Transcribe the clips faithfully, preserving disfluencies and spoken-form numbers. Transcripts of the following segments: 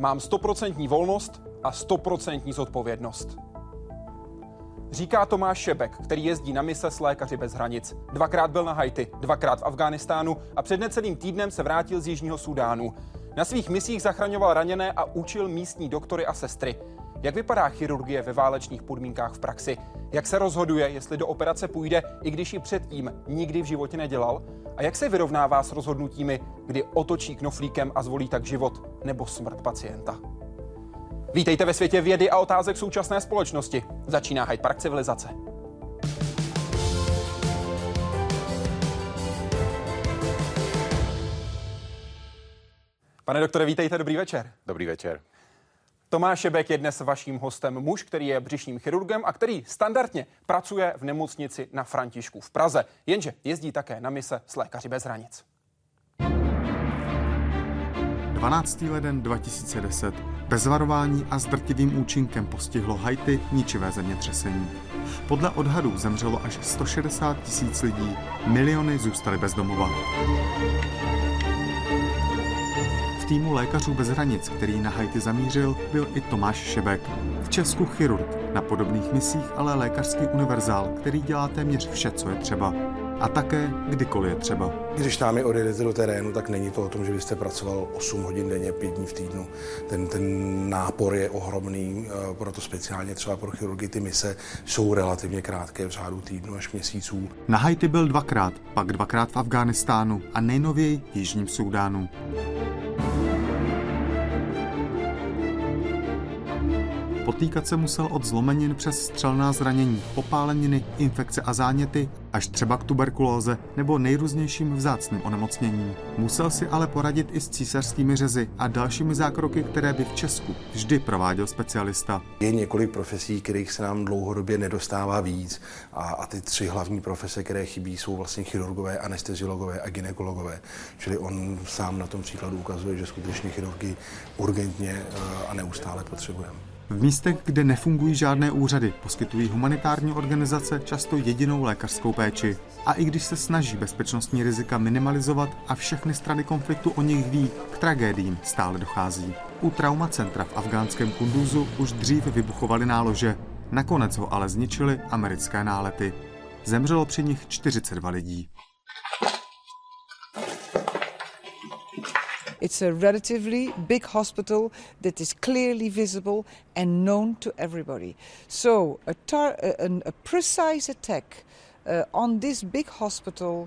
Mám stoprocentní volnost a stoprocentní zodpovědnost. Říká Tomáš Šebek, který jezdí na mise s Lékaři bez hranic. Dvakrát byl na Haiti, dvakrát v Afghánistánu a před necelým týdnem se vrátil z Jižního Súdánu. Na svých misích zachraňoval raněné a učil místní doktory a sestry. Jak vypadá chirurgie ve válečných podmínkách v praxi? Jak se rozhoduje, jestli do operace půjde, i když ji předtím nikdy v životě nedělal? A jak se vyrovnává s rozhodnutími, kdy otočí knoflíkem a zvolí tak život nebo smrt pacienta? Vítejte ve světě vědy a otázek současné společnosti. Začíná Hyde Park civilizace. Pane doktore, vítejte, dobrý večer. Dobrý večer. Tomáš Šebek je dnes vaším hostem, muž, který je břišním chirurgem a který standardně pracuje v nemocnici na Františku v Praze, jenže jezdí také na mise s Lékaři bez hranic. dvanáctého ledna dva tisíce deset. Bez varování a s drtivým účinkem postihlo Haiti ničivé zemětřesení. Podle odhadů zemřelo až sto šedesát tisíc lidí, miliony zůstaly bez domova. V týmu Lékařů bez hranic, který na Haiti zamířil, byl i Tomáš Šebek. V Česku chirurg, na podobných misích ale lékařský univerzál, který dělá téměř vše, co je třeba. A také kdykoliv je třeba. Když námi odjedete do terénu, tak není to o tom, že byste pracoval osm hodin denně, pět dní v týdnu. Ten, ten nápor je ohromný, proto speciálně třeba pro chirurgy ty mise jsou relativně krátké, v řádu týdnu až měsíců. Na Haiti byl dvakrát, pak dvakrát v Afghánistánu a nejnověji v Jižním Súdánu. Potýkat se musel od zlomenin přes střelná zranění, popáleniny, infekce a záněty, až třeba k tuberkulóze nebo nejrůznějším vzácným onemocněním. Musel si ale poradit i s císařskými řezy a dalšími zákroky, které by v Česku vždy prováděl specialista. Je několik profesí, kterých se nám dlouhodobě nedostává víc a, a ty tři hlavní profese, které chybí, jsou vlastně chirurgové, anesteziologové a gynekologové. Čili on sám na tom příkladu ukazuje, že skutečně chirurgy urgentně a neustále potřebujeme. V místech, kde nefungují žádné úřady, poskytují humanitární organizace často jedinou lékařskou péči. A i když se snaží bezpečnostní rizika minimalizovat a všechny strany konfliktu o nich ví, k tragédiím stále dochází. U traumacentra v afghánském Kunduzu už dřív vybuchovaly nálože. Nakonec ho ale zničily americké nálety. Zemřelo při nich čtyřicet dva lidí. It's a relatively big hospital that is clearly visible and known to everybody. So a, tar- a, a precise attack uh, on this big hospital, uh,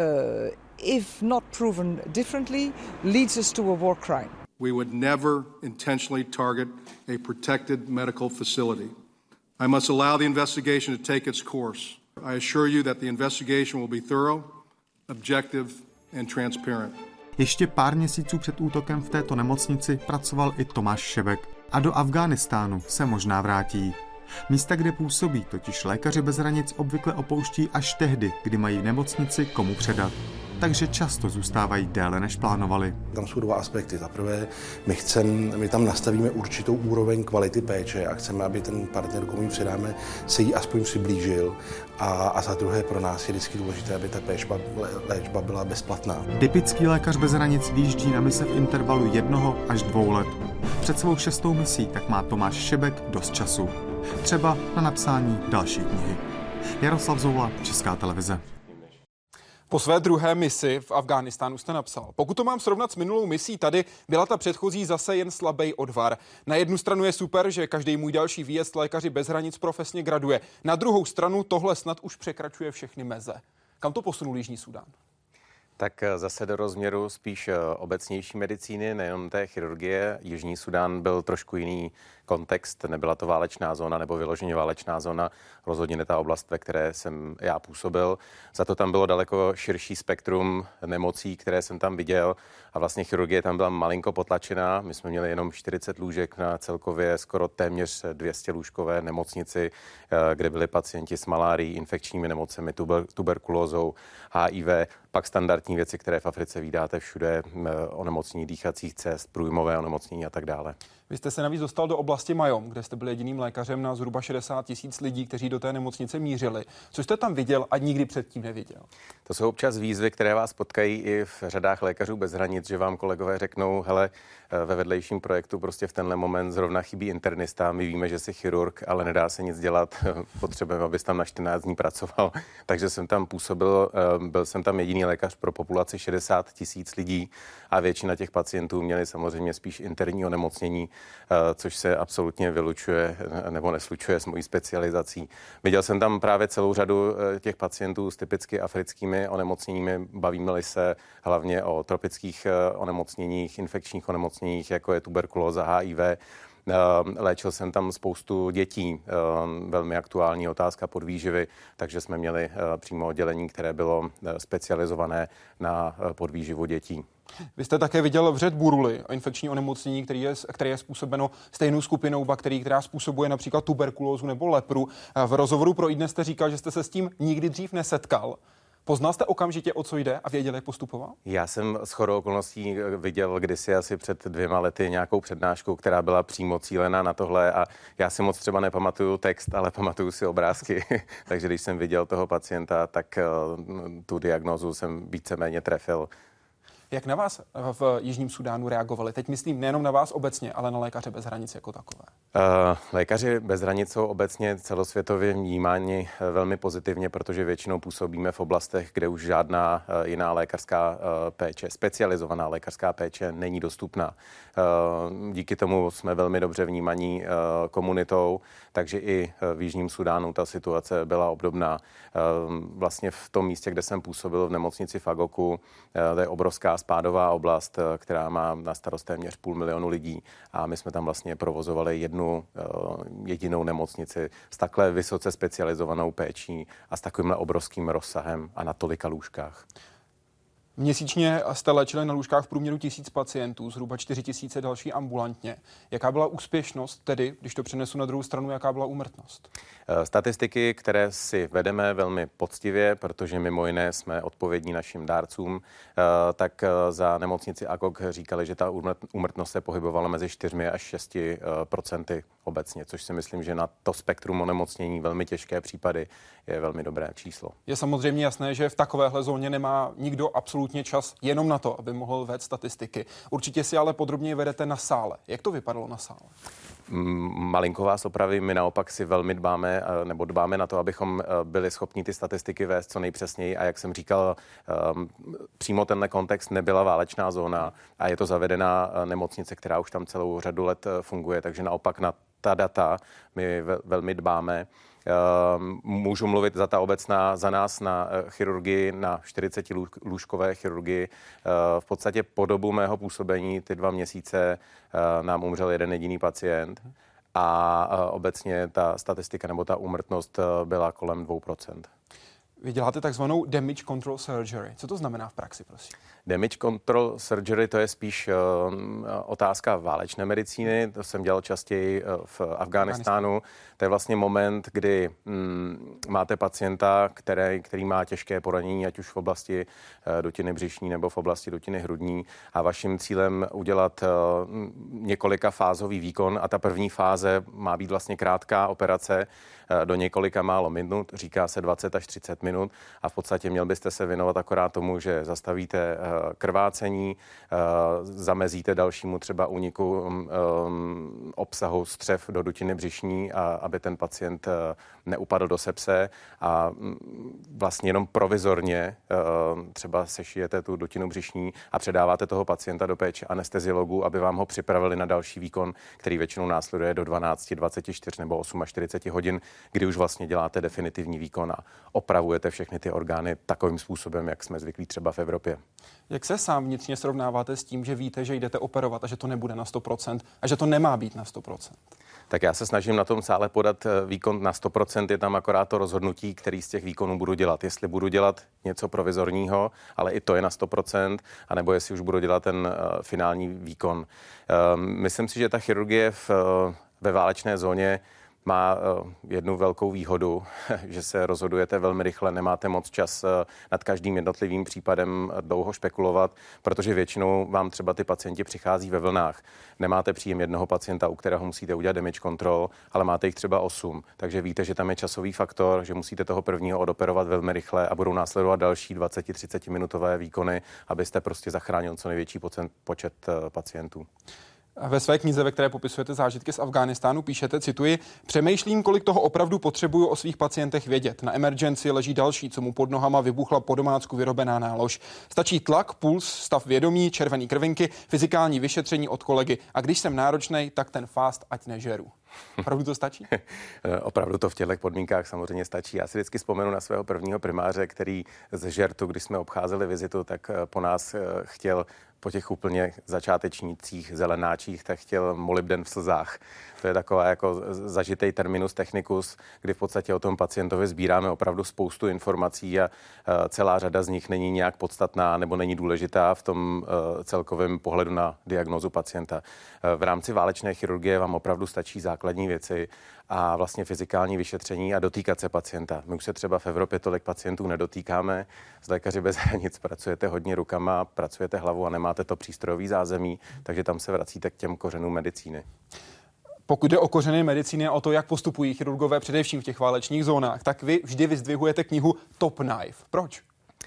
if not proven differently, leads us to a war crime. We would never intentionally target a protected medical facility. I must allow the investigation to take its course. I assure you that the investigation will be thorough, objective and transparent. Ještě pár měsíců před útokem v této nemocnici pracoval i Tomáš Šebek a do Afghánistánu se možná vrátí. Místa, kde působí, totiž Lékaři bez hranic obvykle opouští až tehdy, kdy mají v nemocnici komu předat. Takže často zůstávají déle, než plánovali. Tam jsou dva aspekty. Za prvé, my, chcem, my tam nastavíme určitou úroveň kvality péče a chceme, aby ten partner, komu předáme, se jí aspoň přiblížil. A, a za druhé, pro nás je vždycky důležité, aby ta péčba, léčba byla bezplatná. Typický Lékař bez hranic výjíždí na mise v intervalu jednoho až dvou let. Před svou šestou misí tak má Tomáš Šebek dost času. Třeba na napsání další knihy. Jaroslav Zoula, Česká televize. Po své druhé misi v Afghánistánu jste napsal: pokud to mám srovnat s minulou misí tady, byla ta předchozí zase jen slabý odvar. Na jednu stranu je super, že každý můj další výjezd Lékaři bez hranic profesně graduje. Na druhou stranu tohle snad už překračuje všechny meze. Kam to posunul Jižní Súdán? Tak zase do rozměru spíš obecnější medicíny, nejen té chirurgie. Jižní Súdán byl trošku jiný kontext, nebyla to válečná zóna nebo vyloženě válečná zóna, rozhodně ne ta oblast, ve které jsem já působil. Za to tam bylo daleko širší spektrum nemocí, které jsem tam viděl a vlastně chirurgie tam byla malinko potlačená. My jsme měli jenom čtyřicet lůžek na celkově skoro téměř dvě stě lůžkové nemocnici, kde byli pacienti s malárií, infekčními nemocemi, tuber, tuberkulózou, H I V, pak standardní věci, které v Africe vídáte všude, onemocnění dýchacích cest, průjmové onemocnění a tak dále. Vy jste se navíc dostal do oblasti Majom, kde jste byl jediným lékařem na zhruba šedesát tisíc lidí, kteří do té nemocnice mířili. Co jste tam viděl a nikdy předtím neviděl? To jsou občas výzvy, které vás potkají i v řadách Lékařů bez hranic, že vám kolegové řeknou, hele, ve vedlejším projektu prostě v tenhle moment zrovna chybí internista, my víme, že jsi chirurg, ale nedá se nic dělat, potřebujeme, abys tam na čtrnáct dní pracoval. Takže jsem tam působil, byl jsem tam jediný lékař pro populaci šedesát tisíc lidí a většina těch pacientů měli samozřejmě spíš interní onemocnění, což se absolutně vylučuje nebo neslučuje s mojí specializací. Viděl jsem tam právě celou řadu těch pacientů s typicky africkými onemocněními. Bavíme-li se hlavně o tropických onemocněních, infekčních onemocněních, jako je tuberkulóza, H I V. Léčil jsem tam spoustu dětí, velmi aktuální otázka podvýživy, takže jsme měli přímo oddělení, které bylo specializované na podvýživu dětí. Vy jste také viděl vřet buruly, infekční onemocnění, který je, které je způsobeno stejnou skupinou bakterií, která způsobuje například tuberkulózu nebo lepru. V rozhovoru pro iDnes jste říkal, že jste se s tím nikdy dřív nesetkal. Poznal jste okamžitě, o co jde a věděl, jak postupovat? Já jsem shodou okolností viděl kdysi asi před dvěma lety nějakou přednášku, která byla přímo cílená na tohle a já si moc třeba nepamatuju text, ale pamatuju si obrázky. Takže když jsem viděl toho pacienta, tak tu diagnózu jsem víceméně trefil. Jak na vás v Jižním Súdánu reagovali? Teď myslím nejenom na vás obecně, ale na Lékaře bez hranic jako takové. Uh, lékaři bez hranic jsou obecně celosvětově vnímáni velmi pozitivně, protože většinou působíme v oblastech, kde už žádná uh, jiná lékařská uh, péče, specializovaná lékařská péče není dostupná. Uh, díky tomu jsme velmi dobře vnímaní uh, komunitou, takže i v Jižním Súdánu ta situace byla obdobná. Uh, vlastně v tom místě, kde jsem působil v nemocnici Fagoku, uh, to je obrovská spádová oblast, která má na starost téměř půl milionu lidí a my jsme tam vlastně provozovali jednu jedinou nemocnici s takhle vysoce specializovanou péčí a s takovýmhle obrovským rozsahem a na tolika lůžkách. Měsíčně jste léčili na lůžkách v průměru tisíc pacientů, zhruba čtyři tisíce další ambulantně. Jaká byla úspěšnost, tedy, když to přenesu na druhou stranu, jaká byla úmrtnost? Statistiky, které si vedeme velmi poctivě, protože mimo jiné jsme odpovědní našim dárcům, tak za nemocnici A K O K říkali, že ta úmrtnost se pohybovala mezi čtyřmi až šesti procenty obecně, což si myslím, že na to spektrum onemocnění velmi těžké případy je velmi dobré číslo. Je samozřejmě jasné, že v takovéhle zóně nemá nikdo absolutně čas jenom na to, aby mohl vést statistiky. Určitě si ale podrobněji vedete na sále. Jak to vypadalo na sále? Malinko vás opravím, my naopak si velmi dbáme, nebo dbáme na to, abychom byli schopni ty statistiky vést co nejpřesněji a jak jsem říkal, přímo tenhle kontext nebyla válečná zóna a je to zavedená nemocnice, která už tam celou řadu let funguje, takže naopak na ta data my velmi dbáme. Můžu mluvit za ta obecná, za nás na chirurgii, na čtyřicetitlůžkové chirurgii. V podstatě po dobu mého působení, ty dva měsíce, nám umřel jeden jediný pacient a obecně ta statistika nebo ta úmrtnost byla kolem dvou procent. Vy děláte takzvanou damage control surgery. Co to znamená v praxi, prosím? Damage control surgery, to je spíš uh, otázka válečné medicíny. To jsem dělal častěji uh, v Afghánistánu. To je vlastně moment, kdy um, máte pacienta, který, který má těžké poranění, ať už v oblasti uh, dutiny břišní nebo v oblasti dutiny hrudní. A vaším cílem udělat uh, několika fázový výkon. A ta první fáze má být vlastně krátká operace uh, do několika málo minut. Říká se dvacet až třicet minut. A v podstatě měl byste se věnovat akorát tomu, že zastavíte uh, krvácení, zamezíte dalšímu třeba úniku obsahu střev do dutiny břišní, a aby ten pacient neupadl do sepse a vlastně jenom provizorně třeba sešijete tu dutinu břišní a předáváte toho pacienta do péče anesteziologů, aby vám ho připravili na další výkon, který většinou následuje do dvanáct, dvacet čtyři nebo čtyřicet osm hodin, kdy už vlastně děláte definitivní výkon a opravujete všechny ty orgány takovým způsobem, jak jsme zvyklí třeba v Evropě. Jak se sám vnitřně srovnáváte s tím, že víte, že jdete operovat a že to nebude na sto procent a že to nemá být na sto procent? Tak já se snažím na tom sále podat výkon na sto procent, je tam akorát to rozhodnutí, který z těch výkonů budu dělat. Jestli budu dělat něco provizorního, ale i to je na sto procent, anebo jestli už budu dělat ten uh, finální výkon. Uh, myslím si, že ta chirurgie v, uh, ve válečné zóně má jednu velkou výhodu, že se rozhodujete velmi rychle, nemáte moc čas nad každým jednotlivým případem dlouho špekulovat, protože většinou vám třeba ty pacienti přichází ve vlnách. Nemáte příjem jednoho pacienta, u kterého musíte udělat damage control, ale máte jich třeba osm. Takže víte, že tam je časový faktor, že musíte toho prvního odoperovat velmi rychle a budou následovat další dvacet až třicet minutové výkony, abyste prostě zachránil co největší počet pacientů. Ve své knize, ve které popisujete zážitky z Afghánistánu, píšete, cituji, přemýšlím, kolik toho opravdu potřebuju o svých pacientech vědět. Na emergency leží další, co mu pod nohama vybuchla po domácku vyrobená nálož. Stačí tlak, puls, stav vědomí, červený krvinky, fyzikální vyšetření od kolegy. A když jsem náročnej, tak ten fast ať nežeru. Opravdu to stačí? Opravdu to v těchto podmínkách samozřejmě stačí. Já si vždycky vzpomenu na svého prvního primáře, který z žertu, když jsme obcházeli vizitu, tak po nás chtěl po těch úplně začátečnících zelenáčích, tak chtěl molybden v slzách. To je taková jako zažitej terminus technicus, kdy v podstatě o tom pacientovi sbíráme opravdu spoustu informací a celá řada z nich není nějak podstatná nebo není důležitá v tom celkovém pohledu na diagnózu pacienta. V rámci válečné chirurgie vám opravdu stačí základní věci a vlastně fyzikální vyšetření a dotýkat se pacienta. My už se třeba v Evropě tolik pacientů nedotýkáme. S Lékaři bez hranic pracujete hodně rukama, pracujete hlavou a nemáte to přístrojový zázemí, takže tam se vracíte k těm kořenům medicíny. Pokud jde o kořeny medicíny a o to, jak postupují chirurgové především v těch válečných zónách, tak vy vždy vyzdvihujete knihu Top Knife. Proč?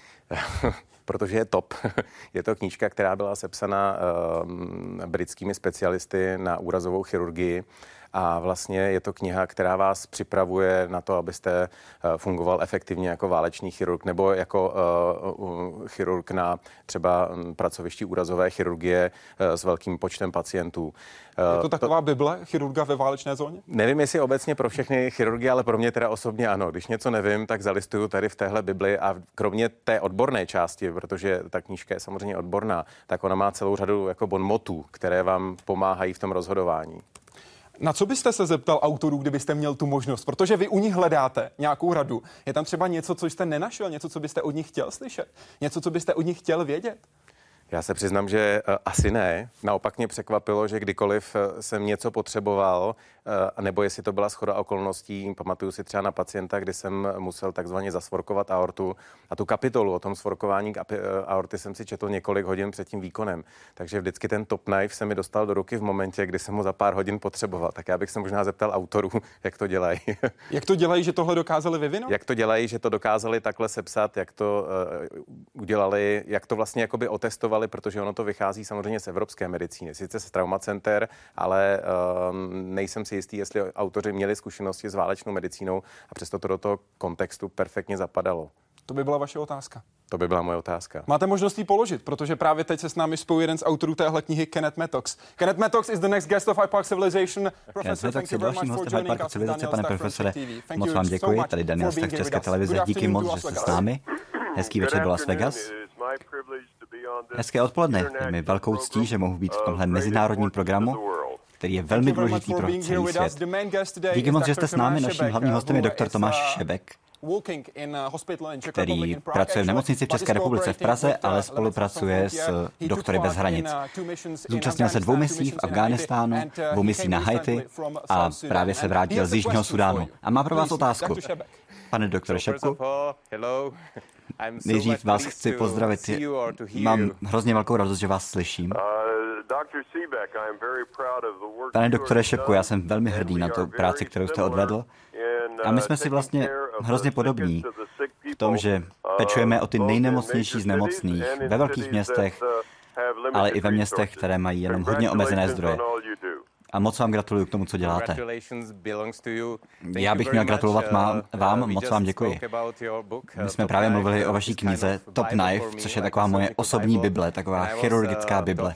Protože je top. Je to knížka, která byla sepsaná uh, britskými specialisty na úrazovou chirurgii. A vlastně je to kniha, která vás připravuje na to, abyste fungoval efektivně jako válečný chirurg nebo jako uh, chirurg na třeba pracovišti úrazové chirurgie uh, s velkým počtem pacientů. Je to taková to, Bible chirurga ve válečné zóně? Nevím, jestli obecně pro všechny chirurgy, ale pro mě teda osobně ano. Když něco nevím, tak zalistuju tady v téhle Bibli a kromě té odborné části, protože ta knížka je samozřejmě odborná, tak ona má celou řadu jako bonmotů, které vám pomáhají v tom rozhodování. Na co byste se zeptal autorů, kdybyste měl tu možnost? Protože vy u nich hledáte nějakou radu. Je tam třeba něco, co jste nenašel, něco, co byste od nich chtěl slyšet? Něco, co byste od nich chtěl vědět? Já se přiznám, že uh, asi ne. Naopak mě překvapilo, že kdykoliv uh, jsem něco potřeboval, uh, nebo jestli to byla shoda okolností, pamatuju si třeba na pacienta, kdy jsem musel takzvaně zasvorkovat aortu a tu kapitolu o tom svorkování aorty jsem si četl několik hodin před tím výkonem. Takže vždycky ten Top Knife se mi dostal do ruky v momentě, kdy jsem ho za pár hodin potřeboval. Tak já bych se možná zeptal autorů, jak to dělají. Jak to dělají, že tohle dokázali vyvinout? Jak to dělají, že to dokázali takhle sepsat, jak to uh, udělali, jak to vlastně jakoby otestovali, protože ono to vychází samozřejmě z evropské medicíny. Sice z traumacenter, ale uh, nejsem si jistý, jestli autoři měli zkušenosti s válečnou medicínou a přesto to do toho kontextu perfektně zapadalo. To by byla vaše otázka. To by byla moje otázka. Máte možnost ji položit, protože právě teď se s námi spojuje jeden z autorů téhle knihy, Kenneth Mattox. Kenneth Mattox is the next guest of Hyde Park Civilization. Professor, thank you very much for joining us. Civilizace, pane profesore, moc vám děkuji. Tady Daniel Stach z České televize. Díky moc, že jste s námi. Hezký večer do Las Vegas. Hezké odpoledne. Je mi velkou ctí, že mohu být v tomhle mezinárodním programu, který je velmi důležitý pro celý svět. Díky moc, že jste s námi. Naším hlavním hostem je doktor Tomáš Šebek, který pracuje v nemocnici v České republice v Praze, ale spolupracuje s Doktory bez hranic. Zúčastnil se dvou misí v Afghánistánu, dvou misí na Haiti a právě se vrátil z Jižního Sudánu. A má pro vás otázku. Pane doktore Šebku, nejdřív vás chci pozdravit. Mám hrozně velkou radost, že vás slyším. Pane doktore Šebku, já jsem velmi hrdý na tu práci, kterou jste odvedl. A my jsme si vlastně hrozně podobní v tom, že pečujeme o ty nejnemocnější z nemocných ve velkých městech, ale i ve městech, které mají jenom hodně omezené zdroje. A moc vám gratuluju k tomu, co děláte. Já bych měl gratulovat má, vám, moc vám děkuji. My jsme právě mluvili o vaší knize Top Knife, což je taková moje osobní bible, taková chirurgická bible.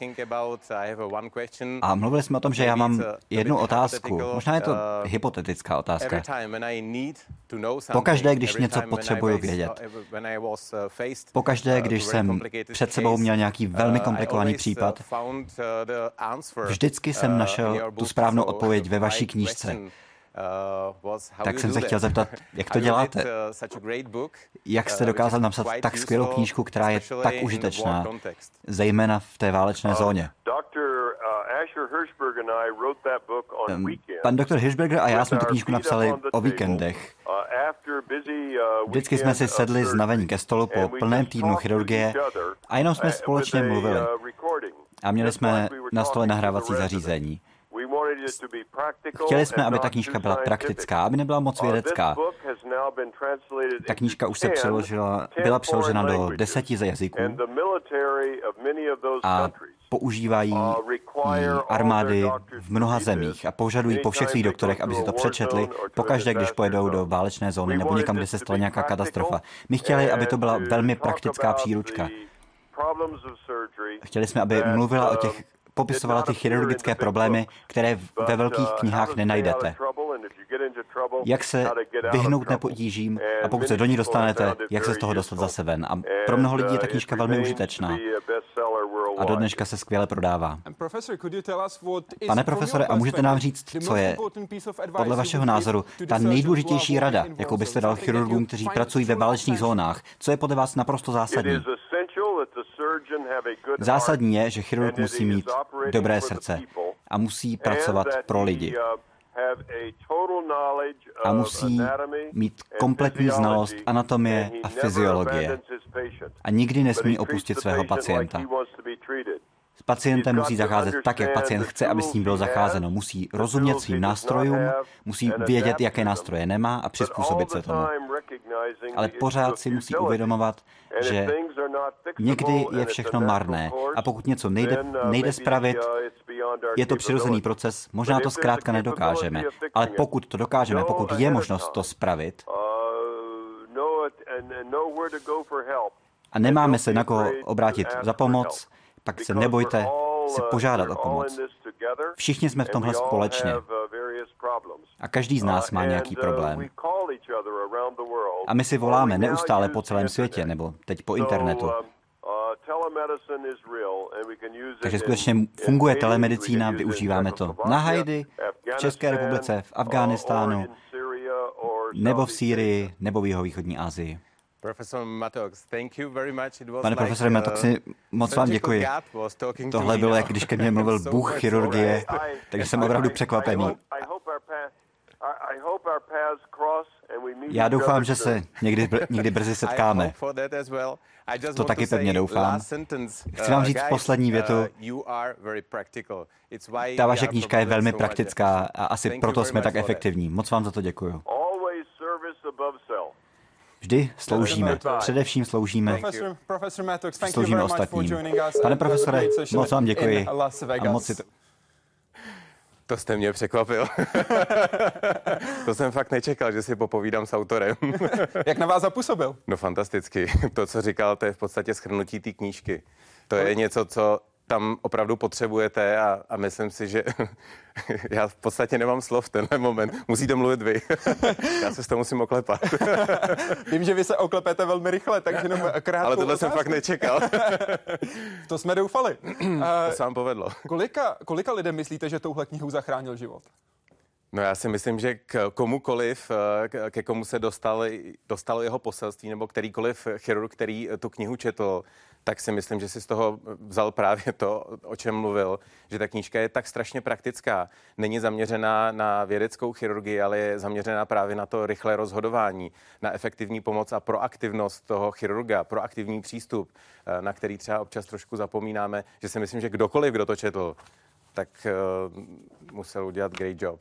A mluvili jsme o tom, že já mám jednu otázku, možná je to hypotetická otázka. Pokaždé, když něco potřebuju vědět, pokaždé, když jsem před sebou měl nějaký velmi komplikovaný případ, vždycky jsem našel tu správnou odpověď ve vaší knížce. Tak jsem se chtěl zeptat, jak to děláte? Jak jste dokázal napsat tak skvělou knížku, která je tak užitečná, zejména v té válečné zóně? Pan doktor Hirschberger a já jsme tu knížku napsali o víkendech. Vždycky jsme si sedli znavení ke stolu po plném týdnu chirurgie a jenom jsme společně mluvili. A měli jsme na stole nahrávací zařízení. Chtěli jsme, aby ta knížka byla praktická, aby nebyla moc vědecká. Ta knížka už se přeložila, byla přeložena do deseti jazyků a používají ji armády v mnoha zemích a požadují po všech svých doktorech, aby si to přečetli pokaždé, když pojedou do válečné zóny nebo někam, kde se stala nějaká katastrofa. My chtěli, aby to byla velmi praktická příručka. Chtěli jsme, aby mluvila o těch, popisovala ty chirurgické problémy, které ve velkých knihách nenajdete. Jak se vyhnout nepotížím a pokud se do ní dostanete, jak se z toho dostat zase ven. A pro mnoho lidí je ta knížka velmi užitečná. A do dneška se skvěle prodává. Pane profesore, a můžete nám říct, co je podle vašeho názoru ta nejdůležitější rada, jakou byste dal chirurgům, kteří pracují ve válečných zónách? Co je podle vás naprosto zásadní? Zásadní je, že chirurg musí mít dobré srdce a musí pracovat pro lidi. A musí mít kompletní znalost anatomie a fyziologie. A nikdy nesmí opustit svého pacienta. S pacientem musí zacházet tak, jak pacient chce, aby s ním bylo zacházeno. Musí rozumět svým nástrojům, musí vědět, jaké nástroje nemá a přizpůsobit se tomu. Ale pořád si musí uvědomovat, že někdy je všechno marné a pokud něco nejde, nejde spravit, je to přirozený proces, možná to zkrátka nedokážeme, ale pokud to dokážeme, pokud je možnost to spravit a nemáme se na koho obrátit za pomoc, pak se nebojte si požádat o pomoc. Všichni jsme v tomhle společně. A každý z nás má nějaký problém. A my si voláme neustále po celém světě, nebo teď po internetu. Takže skutečně funguje telemedicína, využíváme to na Haiti, v České republice, v Afghánistánu, nebo v Sýrii, nebo v jihovýchodní Asii. Pane profesore Mattoxi, moc vám děkuji. Tohle bylo, jak když ke mně mluvil bůh chirurgie, takže jsem opravdu překvapený. Já doufám, že se někdy, někdy brzy setkáme. To taky pevně doufám. Chci vám říct poslední větu. Ta vaše knížka je velmi praktická a asi proto jsme tak efektivní. Moc vám za to děkuju. Vždy sloužíme. Především sloužíme. Sloužíme ostatním. Pane profesore, moc vám děkuji. A moc si to... To jste mě překvapil. To jsem fakt nečekal, že si popovídám s autorem. Jak na vás zapůsobil? No fantasticky. To, co říkal, to je v podstatě shrnutí té knížky. To je něco, co tam opravdu potřebujete a, a myslím si, že já v podstatě nemám slov v tenhle moment. Musíte mluvit vy. Já se s toho musím oklepat. Vím, že vy se oklepete velmi rychle, takže jenom krátkou Ale tohle otázku. jsem fakt nečekal. To jsme doufali. To se vám povedlo. Kolika, kolika lidem myslíte, že touhle knihou zachránil život? No já si myslím, že k komukoliv, ke komu se dostal, dostalo jeho poselství, nebo kterýkoliv chirurg, který tu knihu četl, tak si myslím, že si z toho vzal právě to, o čem mluvil, že ta knížka je tak strašně praktická. Není zaměřená na vědeckou chirurgii, ale je zaměřená právě na to rychlé rozhodování, na efektivní pomoc a proaktivnost toho chirurga, proaktivní přístup, na který třeba občas trošku zapomínáme, že si myslím, že kdokoliv, kdo to četl, tak uh, musel udělat great job.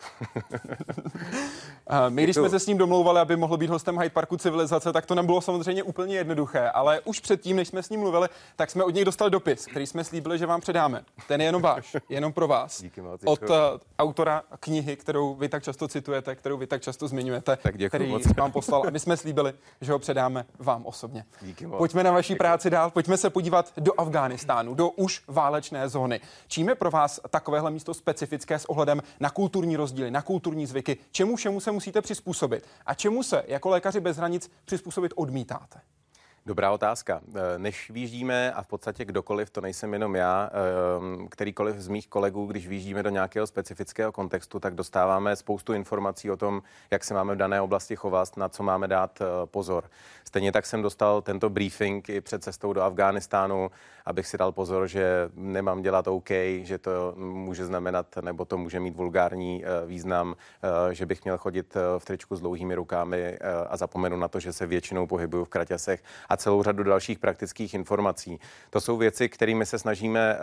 My, když jsme se s ním domlouvali, aby mohl být hostem Hyde Parku civilizace, tak to nebylo samozřejmě úplně jednoduché, ale už předtím, než jsme s ním mluvili, tak jsme od něj dostali dopis, který jsme slíbili, že vám předáme. Ten je jenom váš, jenom pro vás. Díky moc, od uh, autora knihy, kterou vy tak často citujete, kterou vy tak často zmiňujete, tak který moc. vám poslal. A my jsme slíbili, že ho předáme vám osobně. Díky moc. Pojďme na vaší práci dál, pojďme se podívat do Afghánistánu, do už válečné zóny. Čím je pro vás takovéhle místo specifické s ohledem na kulturní rozdíly, na kulturní zvyky? Čemu všemu se musíte přizpůsobit? A čemu se jako lékaři bez hranic přizpůsobit odmítáte? Dobrá otázka. Než výjíždíme, a v podstatě kdokoliv, to nejsem jenom já, kterýkoliv z mých kolegů, když výjíždíme do nějakého specifického kontextu, tak dostáváme spoustu informací o tom, jak se máme v dané oblasti chovat, na co máme dát pozor. Stejně tak jsem dostal tento briefing i před cestou do Afghánistánu, abych si dal pozor, že nemám dělat OK, že to může znamenat, nebo to může mít vulgární význam, že bych měl chodit v tričku s dlouhými rukami a zapomenu na to, že se většinou pohybuju v kraťasech a celou řadu dalších praktických informací. To jsou věci, kterými se snažíme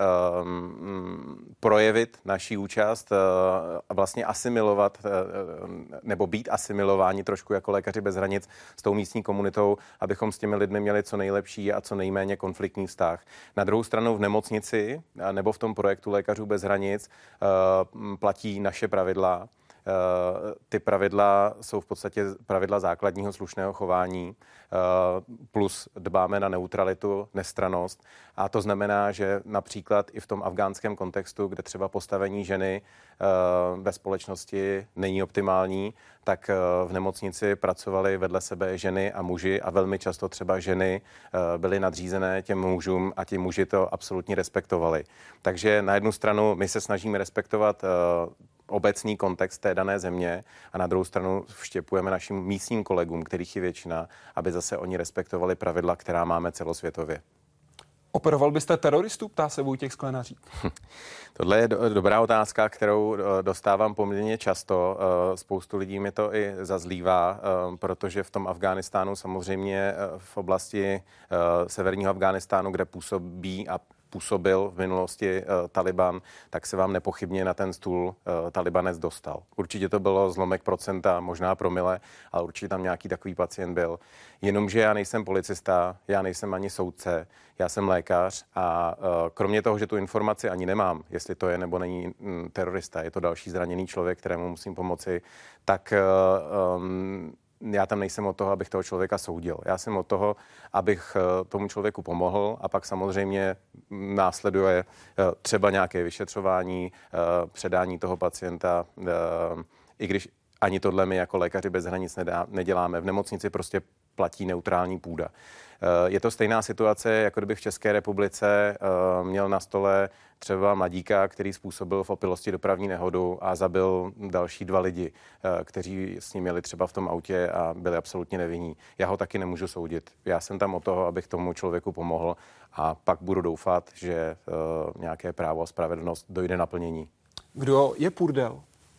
um, projevit naši účast a uh, vlastně asimilovat uh, nebo být asimilováni trošku jako Lékaři bez hranic s tou místní komunitou, abychom s těmi lidmi měli co nejlepší a co nejméně konfliktní vztah. Na druhou stranu v nemocnici nebo v tom projektu Lékařů bez hranic uh, platí naše pravidla. Ty pravidla jsou v podstatě pravidla základního slušného chování, plus dbáme na neutralitu, nestrannost. A to znamená, že například i v tom afgánském kontextu, kde třeba postavení ženy ve společnosti není optimální, tak v nemocnici pracovali vedle sebe ženy a muži a velmi často třeba ženy byly nadřízené těm mužům a ti muži to absolutně respektovali. Takže na jednu stranu my se snažíme respektovat obecný kontext té dané země a na druhou stranu vštěpujeme našim místním kolegům, kterých je většina, aby zase oni respektovali pravidla, která máme celosvětově. Operoval byste teroristů, ptá se Vojtěch Sklenařík. Tohle je do, dobrá otázka, kterou dostávám poměrně často. Spoustu lidí mi to i zazlívá, protože v tom Afghánistánu samozřejmě v oblasti severního Afghánistánu, kde působí a působil v minulosti uh, Taliban, tak se vám nepochybně na ten stůl uh, Talibanec dostal. Určitě to bylo zlomek procenta, možná promile, ale určitě tam nějaký takový pacient byl. Jenomže já nejsem policista, já nejsem ani soudce, já jsem lékař a uh, kromě toho, že tu informaci ani nemám, jestli to je nebo není mm, terorista, je to další zraněný člověk, kterému musím pomoci, tak uh, um, já tam nejsem od toho, abych toho člověka soudil. Já jsem od toho, abych tomu člověku pomohl a pak samozřejmě následuje třeba nějaké vyšetřování, předání toho pacienta, i když ani tohle my jako Lékaři bez hranic nedá, neděláme. V nemocnici prostě platí neutrální půda. Je to stejná situace, jako kdyby v České republice měl na stole třeba mladíka, který způsobil v opilosti dopravní nehodu a zabil další dva lidi, kteří s ním jeli třeba v tom autě a byli absolutně nevinní. Já ho taky nemůžu soudit. Já jsem tam od toho, abych tomu člověku pomohl a pak budu doufat, že nějaké právo a spravedlnost dojde naplnění. Kdo je Purdel?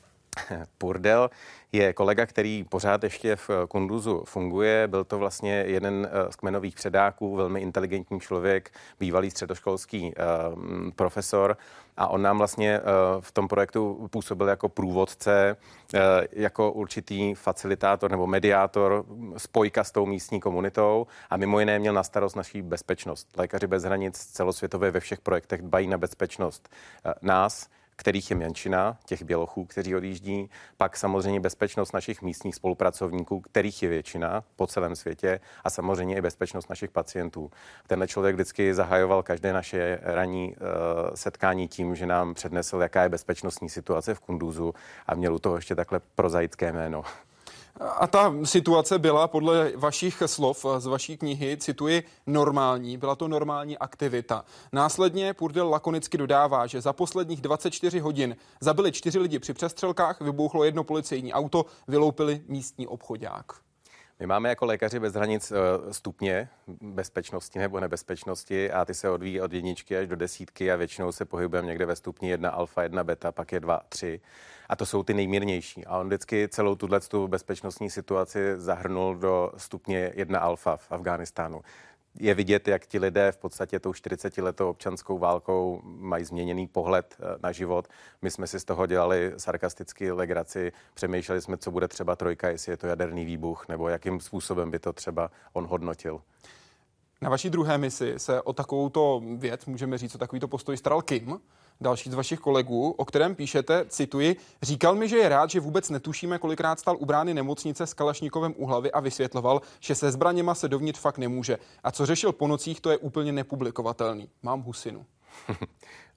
Purdel je kolega, který pořád ještě v Kunduzu funguje. Byl to vlastně jeden z kmenových předáků, velmi inteligentní člověk, bývalý středoškolský uh, profesor a on nám vlastně uh, v tom projektu působil jako průvodce, uh, jako určitý facilitátor nebo mediátor, spojka s tou místní komunitou a mimo jiné měl na starost naší bezpečnost. Lékaři bez hranic celosvětově ve všech projektech dbají na bezpečnost uh, nás, kterých je menšina, těch bělochů, kteří odjíždí, pak samozřejmě bezpečnost našich místních spolupracovníků, kterých je většina po celém světě a samozřejmě i bezpečnost našich pacientů. Tenhle člověk vždycky zahajoval každé naše ranní uh, setkání tím, že nám přednesl, jaká je bezpečnostní situace v Kunduzu a měl u toho ještě takhle prozaické jméno. A ta situace byla podle vašich slov z vaší knihy, cituji, normální. Byla to normální aktivita. Následně Purdel lakonicky dodává, že za posledních dvacet čtyři hodin zabili čtyři lidi při přestřelkách, vybouchlo jedno policejní auto, vyloupili místní obchodák. My máme jako Lékaři bez hranic stupně bezpečnosti nebo nebezpečnosti a ty se odvíjí od jedničky až do desítky a většinou se pohybujeme někde ve stupni jedna alfa, jedna beta, pak je dva, tři. A to jsou ty nejmírnější. A on vždycky celou tuto bezpečnostní situaci zahrnul do stupně jedna alfa v Afghánistánu. Je vidět, jak ti lidé v podstatě tou čtyřicetiletou občanskou válkou mají změněný pohled na život. My jsme si z toho dělali sarkasticky legraci, přemýšleli jsme, co bude třeba trojka, jestli je to jaderný výbuch, nebo jakým způsobem by to třeba on hodnotil. Na vaší druhé misi se o takovouto věc, můžeme říct, o takovýto postoj staral Kim, další z vašich kolegů, o kterém píšete, cituji, říkal mi, že je rád, že vůbec netušíme, kolikrát stál u brány nemocnice s kalašníkovem u hlavy a vysvětloval, že se zbraněma se dovnitř fakt nemůže. A co řešil po nocích, to je úplně nepublikovatelný. Mám husinu.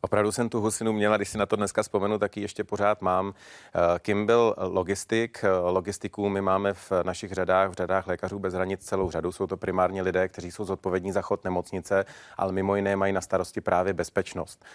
Opravdu jsem tu husinu měla, když si na to dneska vzpomenu, tak ji ještě pořád mám. Kim byl logistik. Logistiků my máme v našich řadách, v řadách Lékařů bez hranic celou řadu. Jsou to primárně lidé, kteří jsou zodpovědní za chod nemocnice, ale mimo jiné mají na starosti právě bezpečnost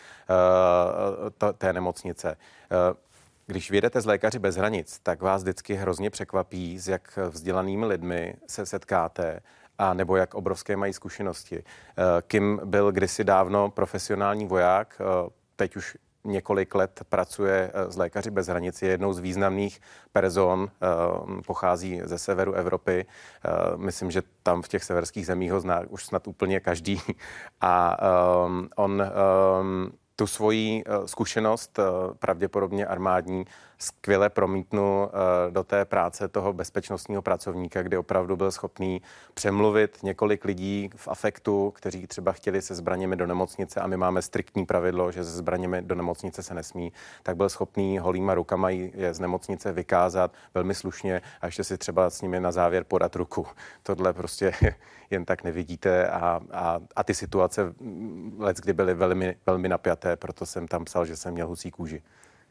té nemocnice. Když vyjedete z Lékaři bez hranic, tak vás vždycky hrozně překvapí, s jak vzdělanými lidmi se setkáte, a nebo jak obrovské mají zkušenosti. Kim byl kdysi dávno profesionální voják, teď už několik let pracuje s Lékaři bez hranic, je jednou z významných person, pochází ze severu Evropy. Myslím, že tam v těch severských zemích ho zná už snad úplně každý. A on tu svoji zkušenost, pravděpodobně armádní, skvěle promítnu do té práce toho bezpečnostního pracovníka, kdy opravdu byl schopný přemluvit několik lidí v afektu, kteří třeba chtěli se zbraněmi do nemocnice a my máme striktní pravidlo, že se zbraněmi do nemocnice se nesmí, tak byl schopný holýma rukama je z nemocnice vykázat velmi slušně a ještě si třeba s nimi na závěr podat ruku. Tohle prostě jen tak nevidíte a, a, a ty situace leckdy byly velmi, velmi napjaté, proto jsem tam psal, že jsem měl husí kůži.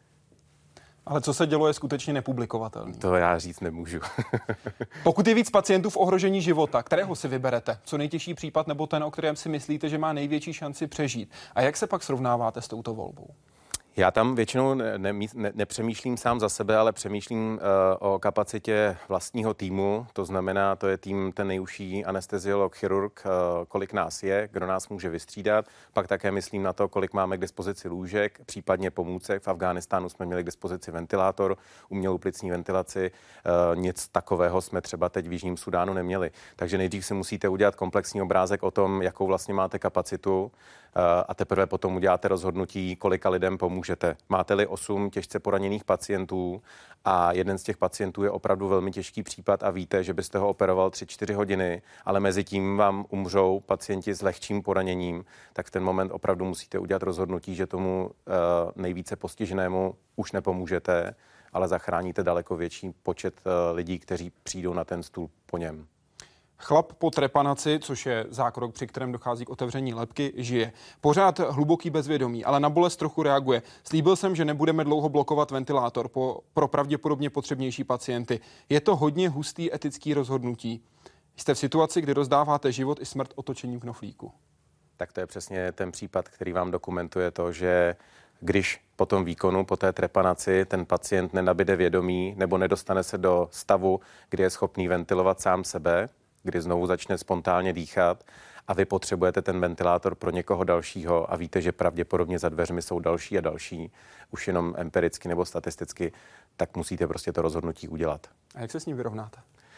Ale co se dělo, je skutečně nepublikovatelné. To já říct nemůžu. Pokud je víc pacientů v ohrožení života, kterého si vyberete? Co nejtěžší případ nebo ten, o kterém si myslíte, že má největší šanci přežít? A jak se pak srovnáváte s touto volbou? Já tam většinou ne, ne, ne, nepřemýšlím sám za sebe, ale přemýšlím uh, o kapacitě vlastního týmu. To znamená, to je tým ten nejužší anesteziolog, chirurg, uh, kolik nás je, kdo nás může vystřídat. Pak také myslím na to, kolik máme k dispozici lůžek, případně pomůcek. V Afghánistánu jsme měli k dispozici ventilátor, umělou plicní ventilaci. Uh, nic takového jsme třeba teď v Jižním Sudánu neměli. Takže nejdřív si musíte udělat komplexní obrázek o tom, jakou vlastně máte kapacitu. A teprve potom uděláte rozhodnutí, kolika lidem pomůžete. Máte-li osm těžce poraněných pacientů a jeden z těch pacientů je opravdu velmi těžký případ a víte, že byste ho operoval tři čtyři hodiny, ale mezi tím vám umřou pacienti s lehčím poraněním, tak v ten moment opravdu musíte udělat rozhodnutí, že tomu uh, nejvíce postiženému už nepomůžete, ale zachráníte daleko větší počet uh, lidí, kteří přijdou na ten stůl po něm. Chlap po trepanaci, což je zákrok, při kterém dochází k otevření lebky, žije. Pořád hluboký bezvědomí, ale na bolest trochu reaguje. Slíbil jsem, že nebudeme dlouho blokovat ventilátor po, pro pravděpodobně potřebnější pacienty. Je to hodně hustý etický rozhodnutí. Jste v situaci, kdy rozdáváte život i smrt otočením knoflíku. Tak to je přesně ten případ, který vám dokumentuje to, že když po tom výkonu, po té trepanaci, ten pacient nenabide vědomí nebo nedostane se do stavu, kdy je schopný ventilovat sám sebe, kdy znovu začne spontánně dýchat a vy potřebujete ten ventilátor pro někoho dalšího a víte, že pravděpodobně za dveřmi jsou další a další, už jenom empiricky nebo statisticky, tak musíte prostě to rozhodnutí udělat. A jak se s ním vyrovnáte?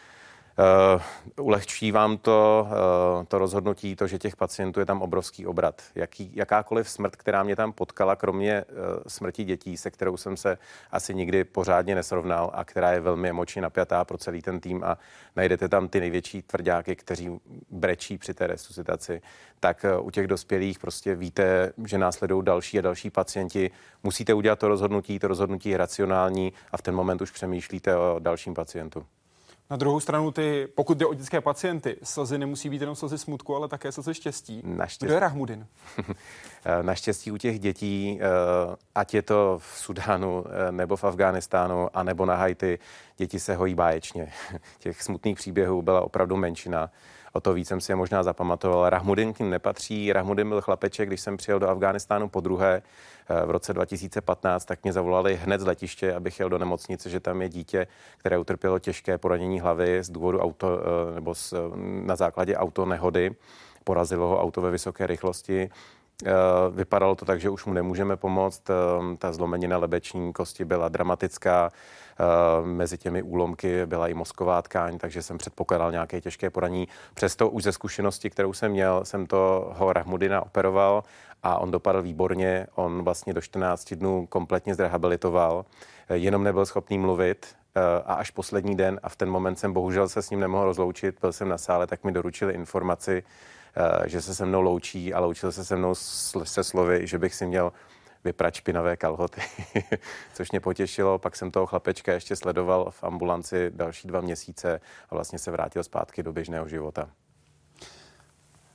Uh, ulehčí vám to, uh, to rozhodnutí, to, že těch pacientů je tam obrovský obrat. Jaký, jakákoliv smrt, která mě tam potkala, kromě uh, smrti dětí, se kterou jsem se asi nikdy pořádně nesrovnal a která je velmi emočně napjatá pro celý ten tým a najdete tam ty největší tvrďáky, kteří brečí při té resuscitaci, tak uh, u těch dospělých prostě víte, že následují další a další pacienti. Musíte udělat to rozhodnutí, to rozhodnutí je racionální a v ten moment už přemýšlíte o dalším pacientu. Na druhou stranu, ty, pokud jde o dětské pacienty, slzy nemusí být jenom slzy smutku, ale také slzy štěstí. Naštěstí. Kdo je Rahmudin? Naštěstí u těch dětí, ať je to v Sudánu, nebo v Afghánistánu, a nebo na Haiti, děti se hojí báječně. Těch smutných příběhů byla opravdu menšina. O to víc jsem si je možná zapamatoval. Rahmudin k ním nepatří. Rahmudin byl chlapeček, když jsem přijel do Afghánistánu po druhé v roce dva tisíce patnáct, tak mě zavolali hned z letiště, abych jel do nemocnice, že tam je dítě, které utrpělo těžké poranění hlavy z důvodu auto, nebo z, na základě autonehody. Porazilo ho auto ve vysoké rychlosti. Vypadalo to tak, že už mu nemůžeme pomoct. Ta zlomenina lebeční kosti byla dramatická. Mezi těmi úlomky byla i mozková tkáň, takže jsem předpokládal nějaké těžké poranění. Přesto už ze zkušenosti, kterou jsem měl, jsem toho Rahmudina operoval a on dopadl výborně. On vlastně do čtrnácti dnů kompletně zrehabilitoval, jenom nebyl schopný mluvit. A až poslední den, a v ten moment jsem bohužel se s ním nemohl rozloučit, byl jsem na sále, tak mi doručili informaci, že se se mnou loučí a loučil se se mnou se slovy, že bych si měl vyprat špinavé kalhoty, což mě potěšilo. Pak jsem toho chlapečka ještě sledoval v ambulanci další dva měsíce a vlastně se vrátil zpátky do běžného života.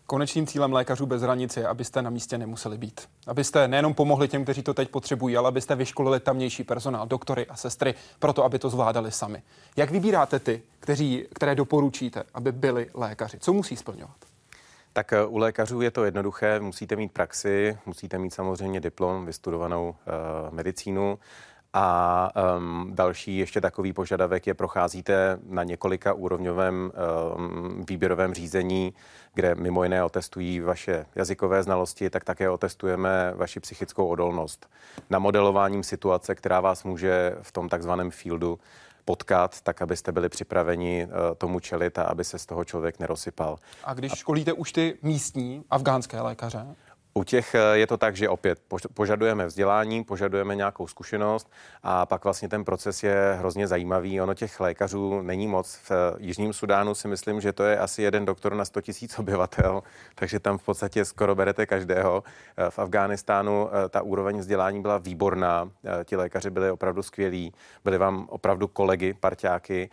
Konečným cílem Lékařů bez hranic je, abyste na místě nemuseli být. Abyste nejenom pomohli těm, kteří to teď potřebují, ale abyste vyškolili tamnější personál, doktory a sestry, proto aby to zvládali sami. Jak vybíráte ty, kteří, které doporučíte, aby byli lékaři? Co musí splňovat? Tak u lékařů je to jednoduché, musíte mít praxi, musíte mít samozřejmě diplom, vystudovanou uh, medicínu. A um, další ještě takový požadavek je, procházíte na několika úrovňovém um, výběrovém řízení, kde mimo jiné otestují vaše jazykové znalosti, tak také otestujeme vaši psychickou odolnost. Na modelováním situace, která vás může v tom takzvaném fieldu potkat, tak abyste byli připraveni uh, tomu čelit a aby se z toho člověk nerozsypal. A když školíte už ty místní afgánské lékaře? U těch je to tak, že opět požadujeme vzdělání, požadujeme nějakou zkušenost a pak vlastně ten proces je hrozně zajímavý. Ono těch lékařů není moc. V Jižním Sudánu si myslím, že to je asi jeden doktor na sto tisíc obyvatel, takže tam v podstatě skoro berete každého. V Afghánistánu ta úroveň vzdělání byla výborná, ti lékaři byli opravdu skvělí, byli vám opravdu kolegy, parťáky.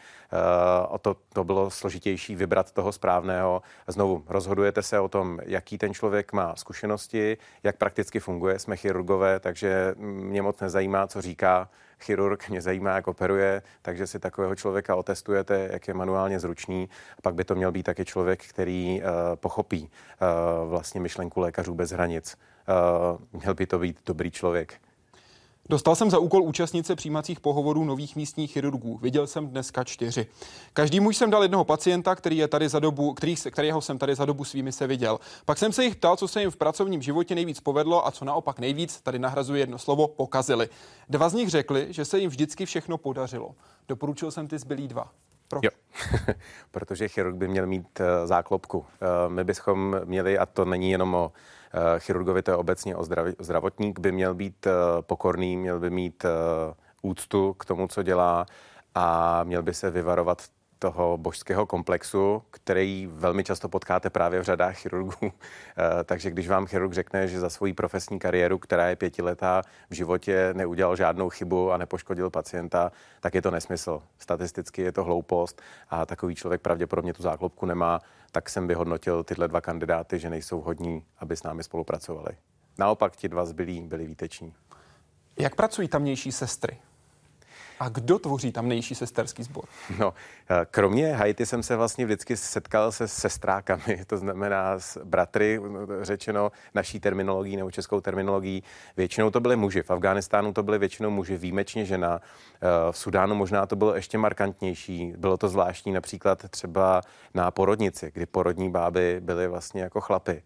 O to, to bylo složitější vybrat toho správného. Znovu rozhodujete se o tom, jaký ten člověk má zkušenosti, jak prakticky funguje. Jsme chirurgové, takže mě moc nezajímá, co říká chirurg, mě zajímá, jak operuje, takže si takového člověka otestujete, jak je manuálně zručný. A pak by to měl být taky člověk, který uh, pochopí uh, vlastně myšlenku Lékařů bez hranic. Uh, měl by to být dobrý člověk. Dostal jsem za úkol účastnice přijímacích pohovorů nových místních chirurgů. Viděl jsem dneska čtyři. Každý muž jsem dal jednoho pacienta, který je tady za dobu, který, kterého jsem tady za dobu svými se viděl. Pak jsem se jich ptal, co se jim v pracovním životě nejvíc povedlo a co naopak nejvíc, tady nahrazuje jedno slovo, pokazili. Dva z nich řekli, že se jim vždycky všechno podařilo. Doporučil jsem ty zbylý dva. Proč? Jo, protože chirurg by měl mít uh, záklopku. Uh, my bychom měli, a to není jenom o uh, chirurgovi, to je obecně o zdraví, zdravotník, by měl být uh, pokorný, měl by mít uh, úctu k tomu, co dělá a měl by se vyvarovat toho božského komplexu, který velmi často potkáte právě v řadách chirurgů. Takže když vám chirurg řekne, že za svoji profesní kariéru, která je pětiletá, v životě neudělal žádnou chybu a nepoškodil pacienta, tak je to nesmysl. Statisticky je to hloupost a takový člověk pravděpodobně tu záklopku nemá, tak jsem vyhodnotil tyhle dva kandidáty, že nejsou hodní, aby s námi spolupracovali. Naopak ti dva zbylí byli výteční. Jak pracují tamnější sestry? A kdo tvoří tamnější sesterský sbor? No, kromě Haiti jsem se vlastně vždycky setkal se sestrákami, to znamená s bratry, řečeno naší terminologií nebo českou terminologií. Většinou to byly muži, v Afghánistánu to byly většinou muži, výjimečně žena. V Sudánu možná to bylo ještě markantnější. Bylo to zvláštní například třeba na porodnici, kdy porodní báby byly vlastně jako chlapy.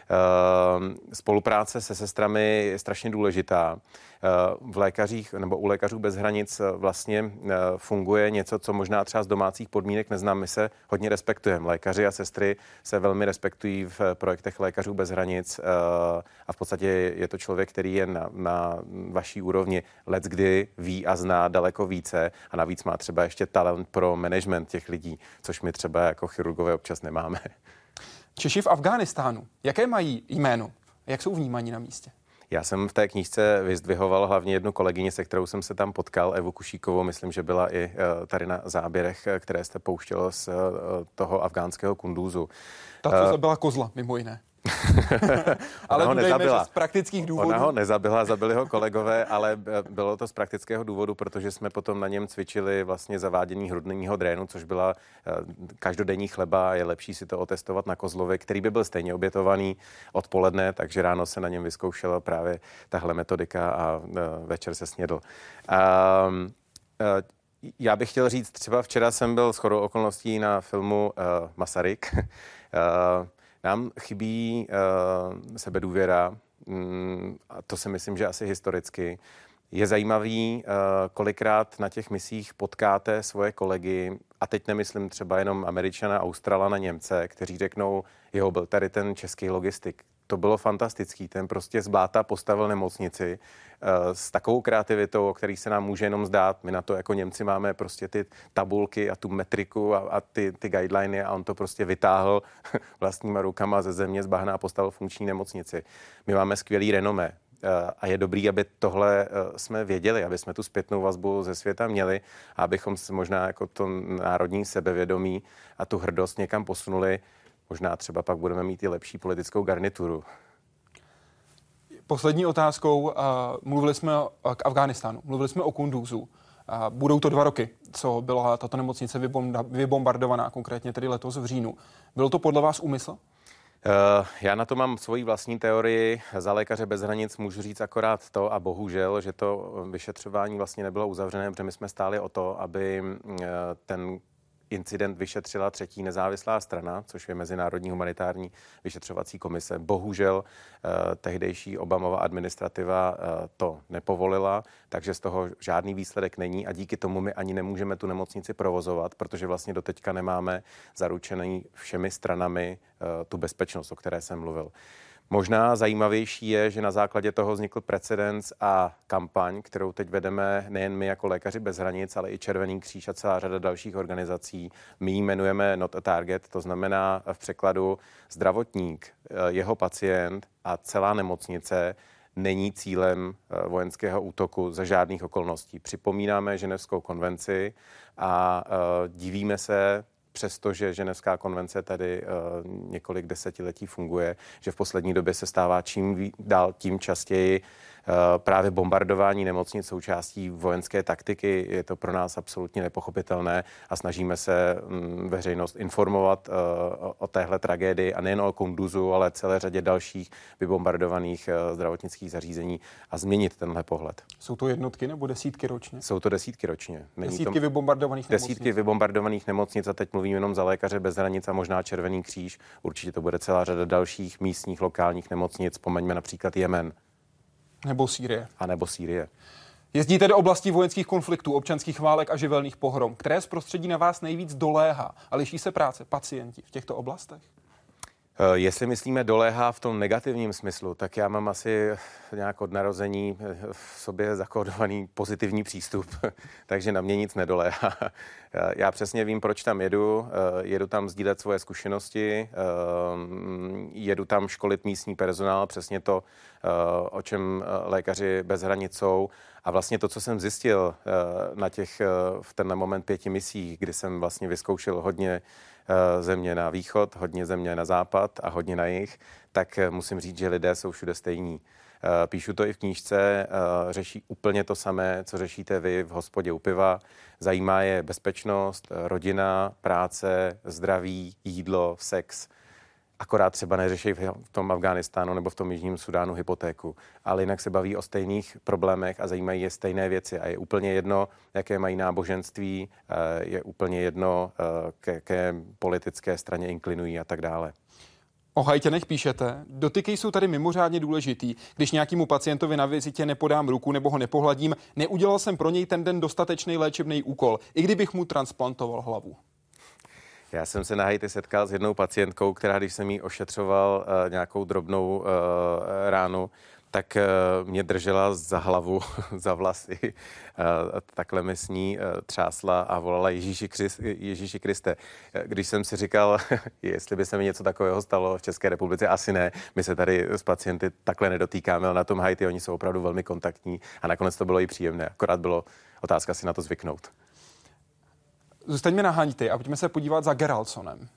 Spolupráce se sestrami je strašně důležitá. V lékařích nebo u Lékařů bez hranic vlastně funguje něco, co možná třeba z domácích podmínek neznám. My se hodně respektujeme. Lékaři a sestry se velmi respektují v projektech Lékařů bez hranic a v podstatě je to člověk, který je na, na vaší úrovni leckdy ví a zná daleko více a navíc má třeba ještě talent pro management těch lidí, což my třeba jako chirurgové občas nemáme. Češi v Afghánistánu, jaké mají jméno? Jak jsou vnímáni na místě? Já jsem v té knížce vyzdvihoval hlavně jednu kolegyni, se kterou jsem se tam potkal, Evu Kušíkovou, myslím, že byla i tady na záběrech, které jste pouštělo z toho afgánského Kunduzu. Ta, co zabila kozla, mimo jiné. Ale ho nezabila. Z praktických důvodů. Ona ho nezabila, zabili ho kolegové, ale bylo to z praktického důvodu, protože jsme potom na něm cvičili vlastně zavádění hrudního drénu, což byla každodenní chleba. Je lepší si to otestovat na kozlovi, který by byl stejně obětovaný odpoledne, takže ráno se na něm vyzkoušela právě tahle metodika a večer se snědl. Um, uh, Já bych chtěl říct, třeba včera jsem byl shodou okolností na filmu uh, Masaryk. uh, Nám chybí uh, sebedůvěra, mm, a to si myslím, že asi historicky. Je zajímavý, uh, kolikrát na těch misích potkáte svoje kolegy, a teď nemyslím třeba jenom Američana, Australana, Němce, kteří řeknou, jo, byl tady ten český logistik. To bylo fantastický, ten prostě z bláta postavil nemocnici uh, s takovou kreativitou, o který se nám může jenom zdát. My na to jako Němci máme prostě ty tabulky a tu metriku a, a ty, ty guideliny a on to prostě vytáhl vlastníma rukama ze země z bahna a postavil funkční nemocnici. My máme skvělý renomé uh, a je dobrý, aby tohle uh, jsme věděli, aby jsme tu zpětnou vazbu ze světa měli a abychom se možná jako to národní sebevědomí a tu hrdost někam posunuli. možná třeba pak budeme mít i lepší politickou garnituru. Poslední otázkou, uh, mluvili jsme k Afghánistánu, mluvili jsme o Kunduzu. Uh, budou to dva roky, co byla tato nemocnice vybombardovaná, konkrétně tedy letos v říjnu. Byl to podle vás úmysl? Já na to mám svoji vlastní teorii. Za Lékaře bez hranic můžu říct akorát to, a bohužel, že to vyšetřování vlastně nebylo uzavřené, protože my jsme stáli o to, aby ten incident vyšetřila třetí nezávislá strana, což je Mezinárodní humanitární vyšetřovací komise. Bohužel eh, tehdejší Obamova administrativa eh, to nepovolila, takže z toho žádný výsledek není a díky tomu my ani nemůžeme tu nemocnici provozovat, protože vlastně doteďka nemáme zaručený všemi stranami eh, tu bezpečnost, o které jsem mluvil. Možná zajímavější je, že na základě toho vznikl precedens a kampaň, kterou teď vedeme nejen my jako Lékaři bez hranic, ale i Červený kříž a celá řada dalších organizací. My ji jmenujeme Not a Target, to znamená v překladu zdravotník, jeho pacient a celá nemocnice není cílem vojenského útoku za žádných okolností. Připomínáme Ženevskou konvenci a divíme se, přestože Ženevská konvence tady uh, několik desetiletí funguje, že v poslední době se stává čím ví, dál tím častěji uh, právě bombardování nemocnic součástí vojenské taktiky. Je to pro nás absolutně nepochopitelné a snažíme se um, veřejnost informovat uh, o, o téhle tragédii a nejen o Kunduzu, ale celé řadě dalších vybombardovaných uh, zdravotnických zařízení a změnit tenhle pohled. Jsou to jednotky nebo desítky ročně? Jsou to desítky ročně. Není desítky to... vybombardovaných nemocnic? Desítky vybombardovaných nemocnic a teď mluvím jenom za Lékaře bez hranic a možná Červený kříž. Určitě to bude celá řada dalších místních lokálních nemocnic. Vzpomeňme například Jemen. Nebo Sýrie. A nebo Sýrie. Jezdíte do oblastí vojenských konfliktů, občanských válek a živelných pohrom. Které z prostředí na vás nejvíc doléhá a liší se práce pacienti v těchto oblastech? Jestli myslíme doléhá v tom negativním smyslu, tak já mám asi nějak od narození v sobě zakódovaný pozitivní přístup, takže na mě nic nedoléhá. Já přesně vím, proč tam jedu. Jedu tam sdílet svoje zkušenosti, jedu tam školit místní personál, přesně to, o čem Lékaři bez hranic jsou. A vlastně to, co jsem zjistil na těch v tenhle moment pěti misích, kdy jsem vlastně vyzkoušel hodně země na východ, hodně země na západ a hodně na jih, tak musím říct, že lidé jsou všude stejní. Píšu to i v knížce, řeší úplně to samé, co řešíte vy v hospodě u piva. Zajímá je bezpečnost, rodina, práce, zdraví, jídlo, sex. Akorát třeba neřeší v tom Afghánistánu nebo v tom Jižním Sudánu hypotéku, ale jinak se baví o stejných problémech a zajímají je stejné věci. A je úplně jedno, jaké mají náboženství, je úplně jedno, k jaké politické straně inklinují a tak dále. O Haiťanech píšete, dotyky jsou tady mimořádně důležitý. Když nějakému pacientovi na vizitě nepodám ruku nebo ho nepohladím, neudělal jsem pro něj ten den dostatečný léčebný úkol, i kdybych mu transplantoval hlavu. Já jsem se na Haiti setkal s jednou pacientkou, která, když jsem jí ošetřoval uh, nějakou drobnou uh, ránu, tak uh, mě držela za hlavu, za vlasy, uh, takhle mi s ní uh, třásla a volala Ježíši, Krist, Ježíši Kriste. Když jsem si říkal, jestli by se mi něco takového stalo v České republice, asi ne. My se tady s pacienty takhle nedotýkáme, ale na tom Haiti oni jsou opravdu velmi kontaktní a nakonec to bylo i příjemné. Akorát bylo otázka si na to zvyknout. Zůstaňme na Haiti a pojďme se podívat za Geraldsonem. Uh,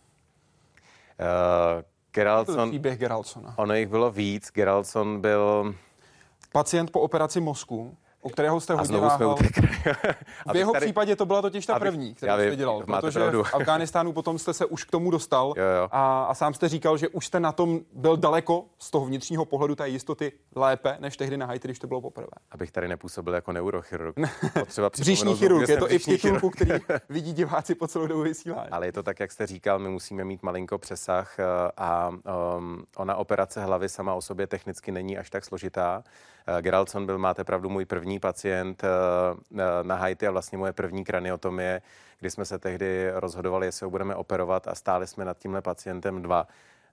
Geraldson, příběh Geraldsona. Ono jich bylo víc. Geraldson byl pacient po operaci mozku, o kterého jste hodně váhal. V jeho tady... případě to byla totiž ta abych, první, kterou jste dělal, protože pravdu. V Afghánistánu potom jste se už k tomu dostal jo, jo. A, a sám jste říkal, že už jste na tom byl daleko z toho vnitřního pohledu té jistoty lépe, než tehdy na Haiti, když to bylo poprvé. Abych tady nepůsobil jako neurochirurg. Břišní chirurg, je to i v titulku, který vidí diváci po celou dobu vysílání. Ale je to tak, jak jste říkal, my musíme mít malinko přesah a um, ona operace hlavy sama o sobě technicky není až tak složitá. Geraldson byl, máte pravdu, můj první pacient na Haiti a vlastně moje první kraniotomie, kdy jsme se tehdy rozhodovali, jestli ho budeme operovat a stáli jsme nad tímhle pacientem dva.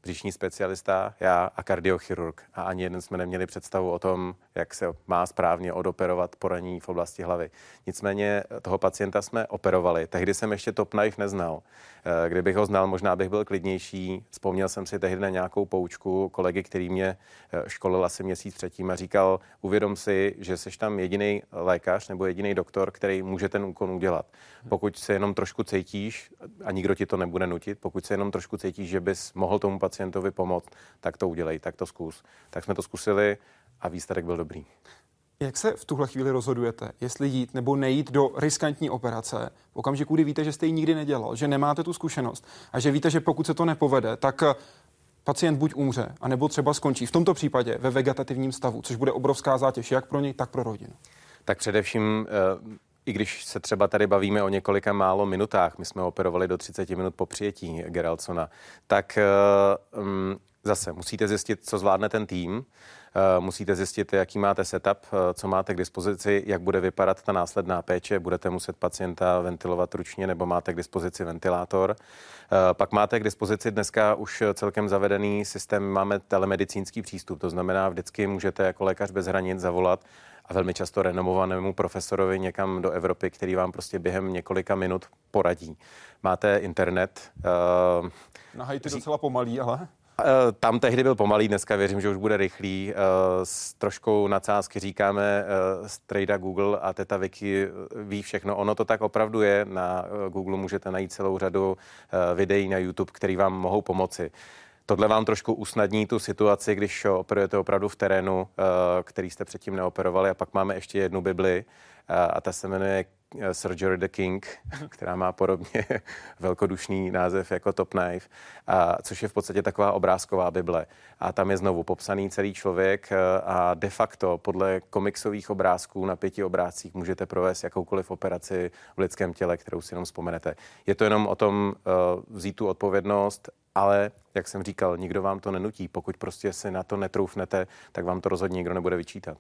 břišní specialista, já a kardiochirurg. A ani jeden jsme neměli představu o tom, jak se má správně odoperovat poranění v oblasti hlavy. Nicméně toho pacienta jsme operovali. Tehdy jsem ještě Top Knife neznal. Kdybych ho znal, možná bych byl klidnější. Vzpomněl jsem si tehdy na nějakou poučku kolegy, který mě školil asi měsíc předtím a říkal, uvědom si, že jsi tam jediný lékař nebo jediný doktor, který může ten úkon udělat. Pokud se jenom trošku cítíš, a nikdo ti to nebude nutit, pokud se jenom trošku cítíš, že bys mohl tomu pacientovi pomoct, tak to udělej, tak to zkus. Tak jsme to zkusili a výsledek byl dobrý. Jak se v tuhle chvíli rozhodujete, jestli jít nebo nejít do riskantní operace, v okamžiku, kdy víte, že jste ji nikdy nedělal, že nemáte tu zkušenost a že víte, že pokud se to nepovede, tak pacient buď umře, anebo třeba skončí v tomto případě ve vegetativním stavu, což bude obrovská zátěž jak pro něj, tak pro rodinu? Tak především, i když se třeba tady bavíme o několika málo minutách, my jsme operovali do třicet minut po přijetí Geraldsona, tak um, zase musíte zjistit, co zvládne ten tým, musíte zjistit, jaký máte setup, co máte k dispozici, jak bude vypadat ta následná péče, budete muset pacienta ventilovat ručně nebo máte k dispozici ventilátor. Pak máte k dispozici dneska už celkem zavedený systém, máme telemedicínský přístup, to znamená, vždycky můžete jako lékař bez hranic zavolat a velmi často renomovanému profesorovi někam do Evropy, který vám prostě během několika minut poradí. Máte internet. Na Haiti docela pomalý, ale... Tam tehdy byl pomalý, dneska věřím, že už bude rychlý. S troškou nadsázky říkáme strejda Google a teta Wiki ví všechno. Ono to tak opravdu je. Na Google můžete najít celou řadu videí na YouTube, které vám mohou pomoci. Tohle vám trošku usnadní tu situaci, když operujete opravdu v terénu, který jste předtím neoperovali. A pak máme ještě jednu Bibli a ta se jmenuje Surgery the King, která má podobně velkodušný název jako Top Knife, a což je v podstatě taková obrázková Bible. A tam je znovu popsaný celý člověk a de facto podle komiksových obrázků na pěti obrázcích můžete provést jakoukoliv operaci v lidském těle, kterou si jenom vzpomenete. Je to jenom o tom uh, vzít tu odpovědnost, ale, jak jsem říkal, nikdo vám to nenutí. Pokud prostě si na to netroufnete, tak vám to rozhodně nikdo nebude vyčítat.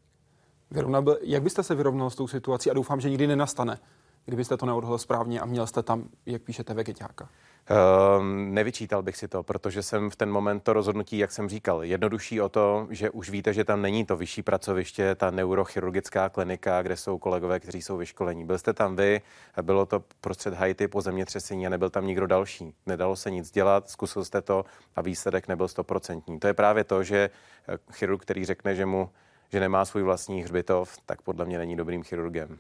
Vyrovnal, jak byste se vyrovnal s tou situací a doufám, že nikdy nenastane, kdybyste to neodhalil správně a měl jste tam, jak píšete, vegeťáka? Uh, nevyčítal bych si to, protože jsem v ten moment to rozhodnutí, jak jsem říkal, jednodušší o to, že už víte, že tam není to vyšší pracoviště, ta neurochirurgická klinika, kde jsou kolegové, kteří jsou vyškolení. Byl jste tam vy, bylo to prostřed Haiti po zemětřesení a nebyl tam nikdo další. Nedalo se nic dělat, zkusil jste to a výsledek nebyl stoprocentní. To je právě to, že chirurg, který řekne, že mu že nemá svůj vlastní hřbitov, tak podle mě není dobrým chirurgem.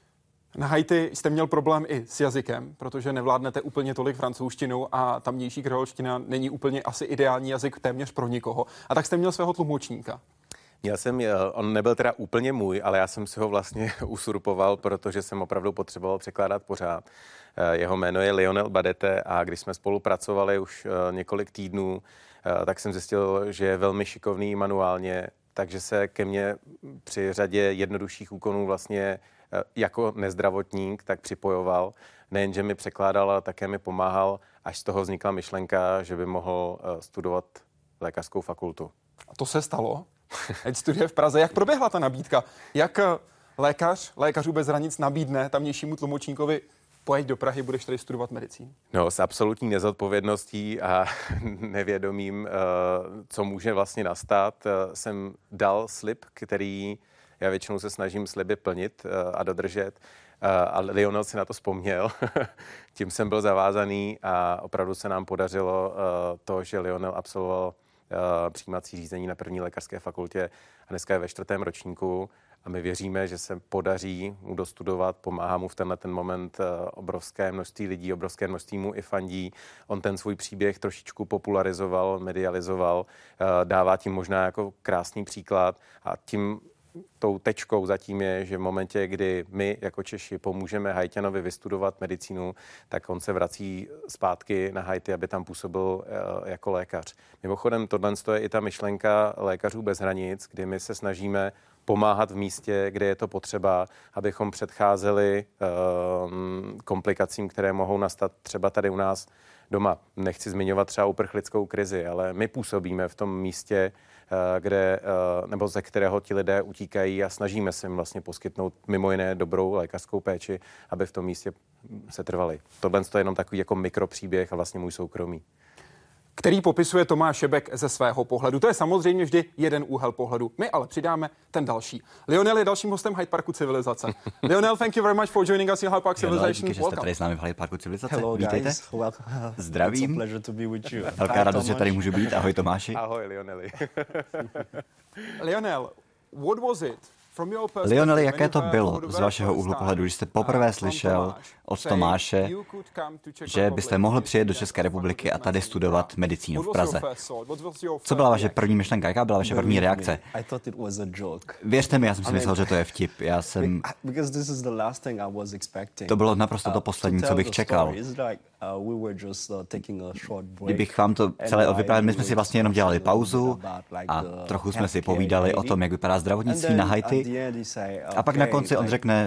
Na Haiti jste měl problém i s jazykem, protože nevládnete úplně tolik francouzštinu a tamnější kreolština není úplně asi ideální jazyk téměř pro nikoho. A tak jste měl svého tlumočníka. Měl jsem, on nebyl teda úplně můj, ale já jsem si ho vlastně usurpoval, protože jsem opravdu potřeboval překládat pořád. Jeho jméno je Lionel Badete a když jsme spolupracovali už několik týdnů, tak jsem zjistil, že je velmi šikovný manuálně, takže se ke mně při řadě jednodušších úkonů vlastně jako nezdravotník tak připojoval. Nejenže mi překládal, ale také mi pomáhal, až z toho vznikla myšlenka, že by mohl studovat lékařskou fakultu. A to se stalo? Ať studuje v Praze. Jak proběhla ta nabídka? Jak lékař, lékařů bez hranic nabídne tamnějšímu tlumočníkovi: pojď do Prahy, budeš tady studovat medicínu? No, s absolutní nezodpovědností a nevědomím, co může vlastně nastat, jsem dal slib, který já většinou se snažím sliby plnit a dodržet. A Lionel si na to vzpomněl. Tím jsem byl zavázaný a opravdu se nám podařilo to, že Lionel absolvoval přijímací řízení na první lékařské fakultě a dneska je ve čtvrtém ročníku. A my věříme, že se podaří mu dostudovat, pomáhá mu v tenhle ten moment obrovské množství lidí, obrovské množství mu i fandí. On ten svůj příběh trošičku popularizoval, medializoval, dává tím možná jako krásný příklad a tím tou tečkou zatím je, že v momentě, kdy my jako Češi pomůžeme Haitianovi vystudovat medicínu, tak on se vrací zpátky na Haiti, aby tam působil jako lékař. Mimochodem, tohle je i ta myšlenka Lékařů bez hranic, kdy my se snažíme pomáhat v místě, kde je to potřeba, abychom předcházeli um, komplikacím, které mohou nastat třeba tady u nás doma. Nechci zmiňovat třeba uprchlickou krizi, ale my působíme v tom místě, kde, nebo ze kterého ti lidé utíkají a snažíme se jim vlastně poskytnout mimo jiné dobrou lékařskou péči, aby v tom místě se trvali. Tohle je jenom takový jako mikropříběh a vlastně můj soukromý. který popisuje Tomáš Šebek ze svého pohledu. To je samozřejmě vždy jeden úhel pohledu. My ale přidáme ten další. Lionel je dalším hostem Hyde Parku civilizace. Lionel, thank you very much for joining us in Hyde Park Civilization. Díky, že jste tady s námi v Hyde Parku civilizace. Hello, vítejte. guys. Well, zdravím. It's a pleasure to be with you. Velká radost, že tady můžu být. Ahoj Tomáši. Ahoj Lioneli. Lionel, what was it? Lioneli, jaké to bylo z vašeho úhlu pohledu, když jste poprvé slyšel od Tomáše, že byste mohl přijet do České republiky a tady studovat medicínu v Praze? Co byla vaše první myšlenka? Jaká byla vaše první reakce? Věřte mi, já jsem si myslel, že to je vtip. Já jsem... To bylo naprosto to poslední, co bych čekal. Kdybych vám to celé odvyprávěl, my jsme si vlastně jenom dělali pauzu a trochu jsme si povídali o tom, jak vypadá zdravotnictví na Haiti. A pak na konci on řekne,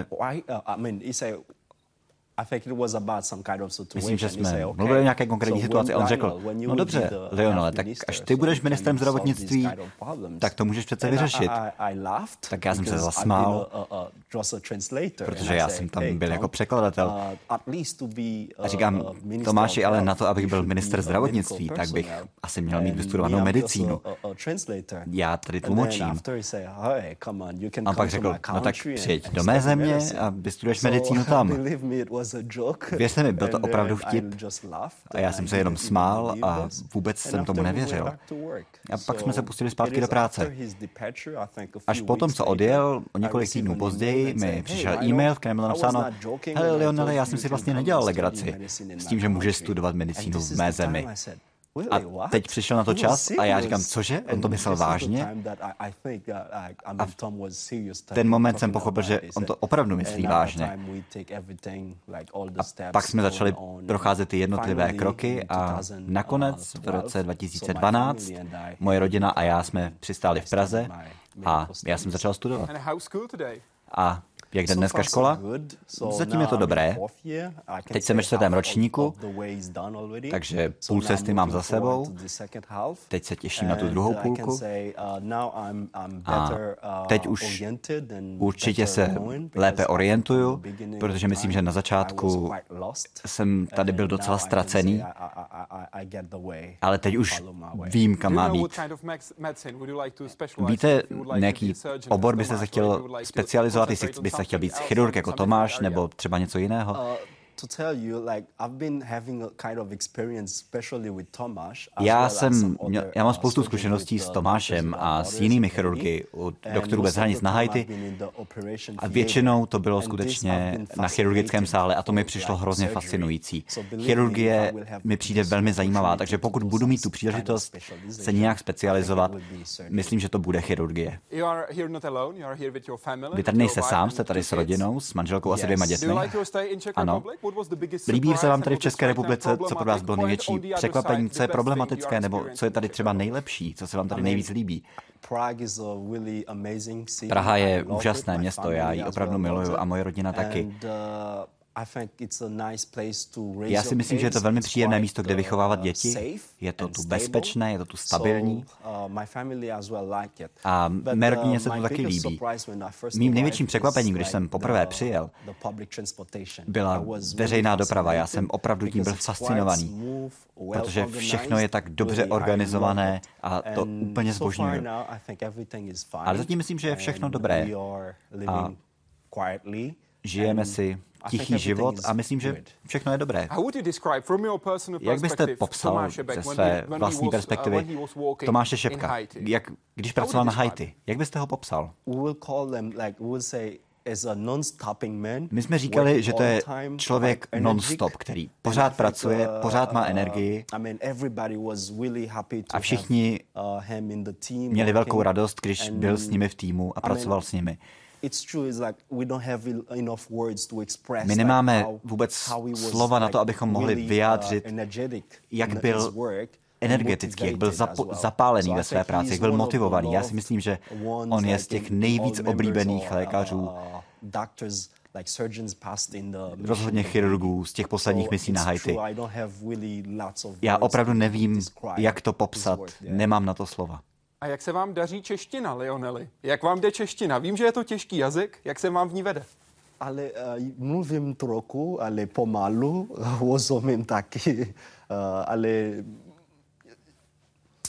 myslím, že jsme mluvili o nějaké konkrétní situaci a on řekl, no dobře, Lionele, tak až ty budeš ministrem zdravotnictví, tak to můžeš přece vyřešit. Tak já jsem se zasmál, protože já jsem tam byl jako překladatel. A říkám, Tomáši, ale na to, abych byl ministr zdravotnictví, tak bych asi měl mít vystudovanou medicínu. Já tady tlumočím. A pak řekl, no tak přijeď do mé země a vystuduješ medicínu tam. Věřte mi, byl to opravdu vtip a já jsem se jenom smál a vůbec jsem tomu nevěřil. A pak jsme se pustili zpátky do práce. Až potom, co odjel, o několik týdnů později, mi přišel e-mail, v kterém bylo napsáno, hele Lionele, já jsem si vlastně nedělal legraci s tím, že můžeš studovat medicínu v mé zemi. A teď přišel na to čas a já říkám, cože? On to myslel vážně? A v ten moment jsem pochopil, že on to opravdu myslí vážně. A pak jsme začali procházet ty jednotlivé kroky a nakonec v roce dva tisíce dvanáct moje rodina a já jsme přistáli v Praze a já jsem začal studovat. A jak jde dneska škola? Zatím je to dobré. Teď jsem ve čtvrtém ročníku, takže půl cesty mám za sebou. Teď se těším na tu druhou půlku. A teď už určitě se lépe orientuju, protože myslím, že na začátku jsem tady byl docela ztracený, ale teď už vím, kam mám jít. Víte, nějaký obor byste se chtěl specializovat, jestli byste chtěl být chirurg jako Tomáš, nebo třeba něco jiného? Já jsem, já mám spoustu zkušeností s Tomášem a s jinými chirurgy u doktorů bez hranic na Haiti a většinou to bylo skutečně na chirurgickém sále a to mi přišlo hrozně fascinující. Chirurgie mi přijde velmi zajímavá, takže pokud budu mít tu příležitost se nějak specializovat, myslím, že to bude chirurgie. Vy tady nejste sám, jste tady s rodinou, s manželkou a se dvěma dětmi. Ano. Líbí se vám tady v České republice, co pro vás bylo největší překvapení, co je problematické, nebo co je tady třeba nejlepší, co se vám tady nejvíc líbí? Praha je úžasné město, já ji opravdu miluju a moje rodina taky. Já si myslím, že je to velmi příjemné místo, kde vychovávat děti. Je to tu bezpečné, je to tu stabilní. A mé rodině se to taky líbí. Mým největším překvapením, když jsem poprvé přijel, byla veřejná doprava. Já jsem opravdu tím byl fascinovaný, protože všechno je tak dobře organizované a to úplně zbožňuju. Ale zatím myslím, že je všechno dobré. A žijeme si tichý život a myslím, že všechno je dobré. Jak byste popsal ze své vlastní perspektivy Tomáše Šebka, jak, když pracoval na Haiti? Jak byste ho popsal? My jsme říkali, že to je člověk non-stop, který pořád pracuje, pořád má energii a všichni měli velkou radost, když byl s nimi v týmu a pracoval s nimi. My nemáme vůbec slova na to, abychom mohli vyjádřit, jak byl energetický, jak byl zapo- zapálený ve své práci, jak byl motivovaný. Já si myslím, že on je z těch nejvíc oblíbených lékařů, rozhodně chirurgů z těch posledních misí na Haiti. Já opravdu nevím, jak to popsat, nemám na to slova. A jak se vám daří čeština, Lioneli? Jak vám jde čeština? Vím, že je to těžký jazyk. Jak se vám v ní vede? Ale uh, mluvím trochu, ale pomalu, rozumím taky, uh, ale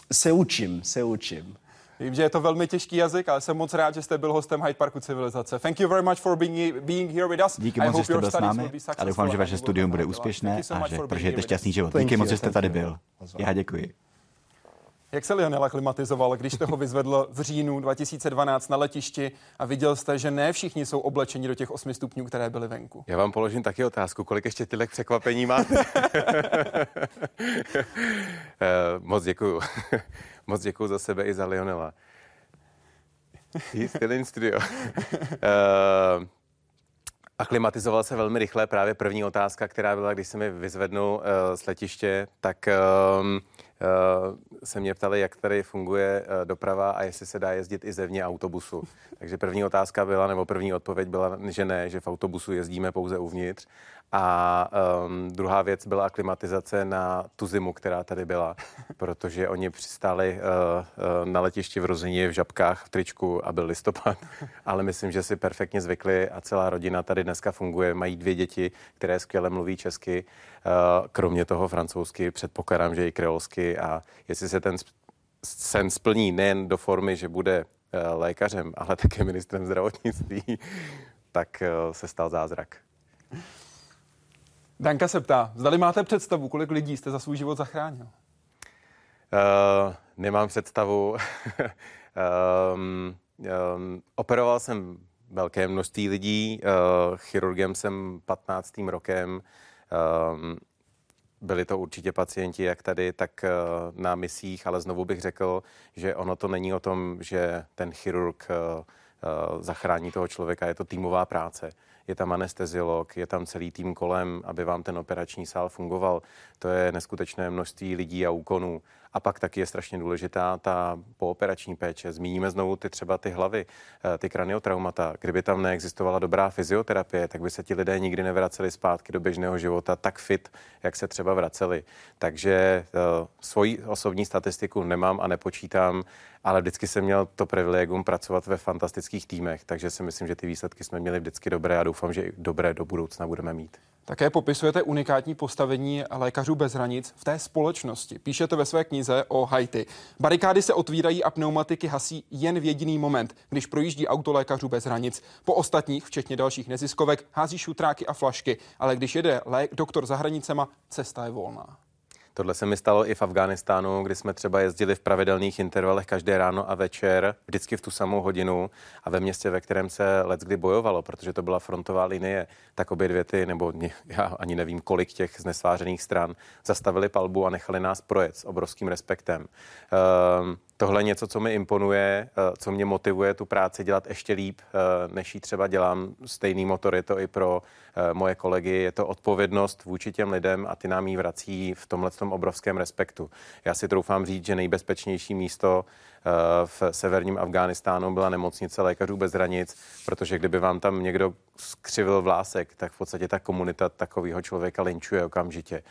Se učím, se učím. Vím, že je to velmi těžký jazyk, ale jsem moc rád, že jste byl hostem Hyde Parku Civilizace. Thank you very much for being, being here with us. Díky moc, že jste byl s námi a doufám, že vaše studium bude úspěšné a že prožijete šťastný život. Díky moc, že jste tady byl. Já děkuji. Jak se Lionel aklimatizoval, když jste ho vyzvedl v říjnu dva tisíce dvanáct na letišti a viděl jste, že ne všichni jsou oblečeni do těch osmi stupňů, které byly venku? Já vám položím taky otázku, kolik ještě těchto překvapení máte? Moc děkuju. Moc děkuju za sebe i za Lionela. He's still in studio. uh, aklimatizoval se velmi rychle. Právě první otázka, která byla, když se mi vyzvednul uh, z letiště, tak uh, uh, se mě ptali, jak tady funguje uh, doprava a jestli se dá jezdit i zevně autobusu. Takže první otázka byla, nebo první odpověď byla, že ne, že v autobusu jezdíme pouze uvnitř. A um, druhá věc byla aklimatizace na tu zimu, která tady byla, protože oni přistáli uh, uh, na letišti v Rozině v žabkách, v tričku a byl listopad. Ale myslím, že si perfektně zvykli a celá rodina tady dneska funguje. Mají dvě děti, které skvěle mluví česky, uh, kromě toho francouzsky, předpokládám, že i kreolsky. A jestli se ten sen splní nejen do formy, že bude uh, lékařem, ale také ministrem zdravotnictví, tak uh, se stal zázrak. Danka se ptá, zdali máte představu, kolik lidí jste za svůj život zachránil? Uh, nemám představu. um, um, operoval jsem velké množství lidí, uh, chirurgem jsem patnáctým rokem. Um, byli to určitě pacienti jak tady, tak uh, na misích, ale znovu bych řekl, že ono to není o tom, že ten chirurg uh, uh, zachrání toho člověka, je to týmová práce. Je tam anesteziolog, je tam celý tým kolem, aby vám ten operační sál fungoval. To je neskutečné množství lidí a úkonů. A pak taky je strašně důležitá ta pooperační péče. Zmíníme znovu ty třeba ty hlavy, ty kraniotraumata. Kdyby tam neexistovala dobrá fyzioterapie, tak by se ti lidé nikdy nevraceli zpátky do běžného života tak fit, jak se třeba vraceli. Takže uh, svoji osobní statistiku nemám a nepočítám, ale vždycky jsem měl to privilegium pracovat ve fantastických týmech, takže si myslím, že ty výsledky jsme měli vždycky dobré a doufám, že i dobré do budoucna budeme mít. Také popisujete unikátní postavení Lékařů bez hranic v té společnosti. Píšete ve své knize o Haiti. Barikády se otvírají a pneumatiky hasí jen v jediný moment, když projíždí auto Lékařů bez hranic. Po ostatních, včetně dalších neziskovek, hází šutráky a flašky, ale když jede lék, doktor za hranicema, cesta je volná. Tohle se mi stalo i v Afghánistánu, kdy jsme třeba jezdili v pravidelných intervalech každé ráno a večer, vždycky v tu samou hodinu a ve městě, ve kterém se leckdy bojovalo, protože to byla frontová linie, tak obě dvě ty, nebo já ani nevím kolik těch znesvářených stran, zastavili palbu a nechali nás projet s obrovským respektem. Um, Tohle je něco, co mi imponuje, co mě motivuje tu práci dělat ještě líp, než ji třeba dělám. Stejný motor je to i pro moje kolegy. Je to odpovědnost vůči těm lidem a ty nám ji vrací v tomhletom obrovském respektu. Já si troufám říct, že nejbezpečnější místo v severním Afghánistánu byla nemocnice Lékařů bez hranic, protože kdyby vám tam někdo skřivil vlásek, tak v podstatě ta komunita takového člověka linčuje okamžitě.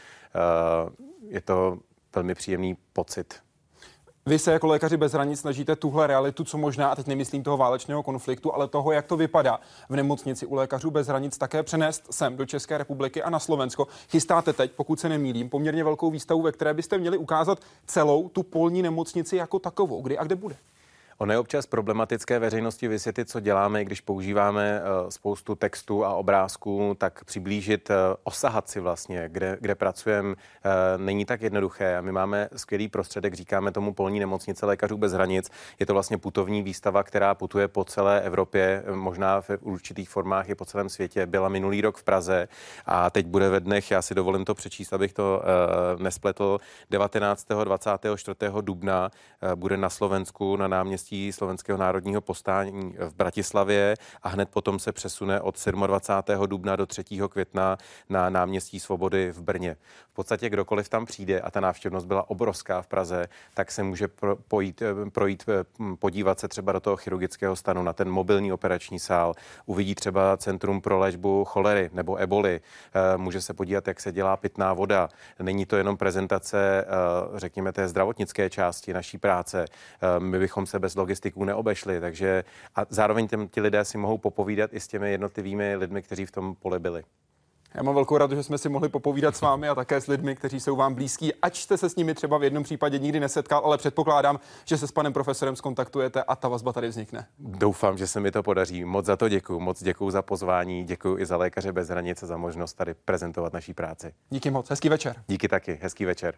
Je to velmi příjemný pocit. Vy se jako Lékaři bez hranic snažíte tuhle realitu, co možná, a teď nemyslím toho válečného konfliktu, ale toho, jak to vypadá v nemocnici u Lékařů bez hranic, také přenést sem do České republiky a na Slovensko. Chystáte teď, pokud se nemýlím, poměrně velkou výstavu, ve které byste měli ukázat celou tu polní nemocnici jako takovou. Kdy a kde bude? Ono je občas problematické veřejnosti vysvětlit, co děláme, když používáme uh, spoustu textů a obrázků, tak přiblížit, uh, osahat si vlastně, kde, kde pracujeme, uh, není tak jednoduché. A my máme skvělý prostředek, říkáme tomu polní nemocnice Lékařů bez hranic. Je to vlastně putovní výstava, která putuje po celé Evropě, možná v určitých formách i po celém světě. Byla minulý rok v Praze a teď bude ve dnech, já si dovolím to přečíst, abych to uh, nespletl, devatenáctého a dvacátého čtvrtého dubna uh, bude na Slovensku na náměstí Slovenského národního povstání v Bratislavě a hned potom se přesune od dvacátého sedmého dubna do třetího května na náměstí Svobody v Brně. V podstatě kdokoliv tam přijde, a ta návštěvnost byla obrovská v Praze, tak se může pro, pojít, projít, podívat se třeba do toho chirurgického stanu, na ten mobilní operační sál, uvidí třeba Centrum pro léčbu cholery nebo eboli, může se podívat, jak se dělá pitná voda. Není to jenom prezentace, řekněme, té zdravotnické části naší práce. My bychom se bez logistiků neobešli, takže a zároveň těm, ti lidé si mohou popovídat i s těmi jednotlivými lidmi, kteří v tom poli byli. Já mám velkou radost, že jsme si mohli popovídat s vámi a také s lidmi, kteří jsou vám blízký, ať jste se s nimi třeba v jednom případě nikdy nesetkal, ale předpokládám, že se s panem profesorem skontaktujete a ta vazba tady vznikne. Doufám, že se mi to podaří. Moc za to děkuju. Moc děkuju za pozvání, děkuju i za Lékaře bez hranic za možnost tady prezentovat naší práci. Díky moc, hezký večer. Díky taky, hezký večer.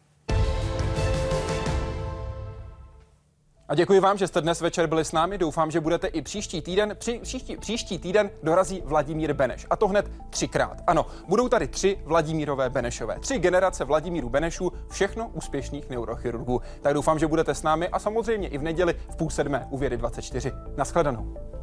A děkuji vám, že jste dnes večer byli s námi. Doufám, že budete i příští týden. Při, příští, příští týden dorazí Vladimír Beneš. A to hned třikrát. Ano, budou tady tři Vladimírové Benešové. Tři generace Vladimíru Benešů, všechno úspěšných neurochirurgů. Tak doufám, že budete s námi a samozřejmě i v neděli v půl sedmé u Vědy dvacet čtyři. Naschledanou.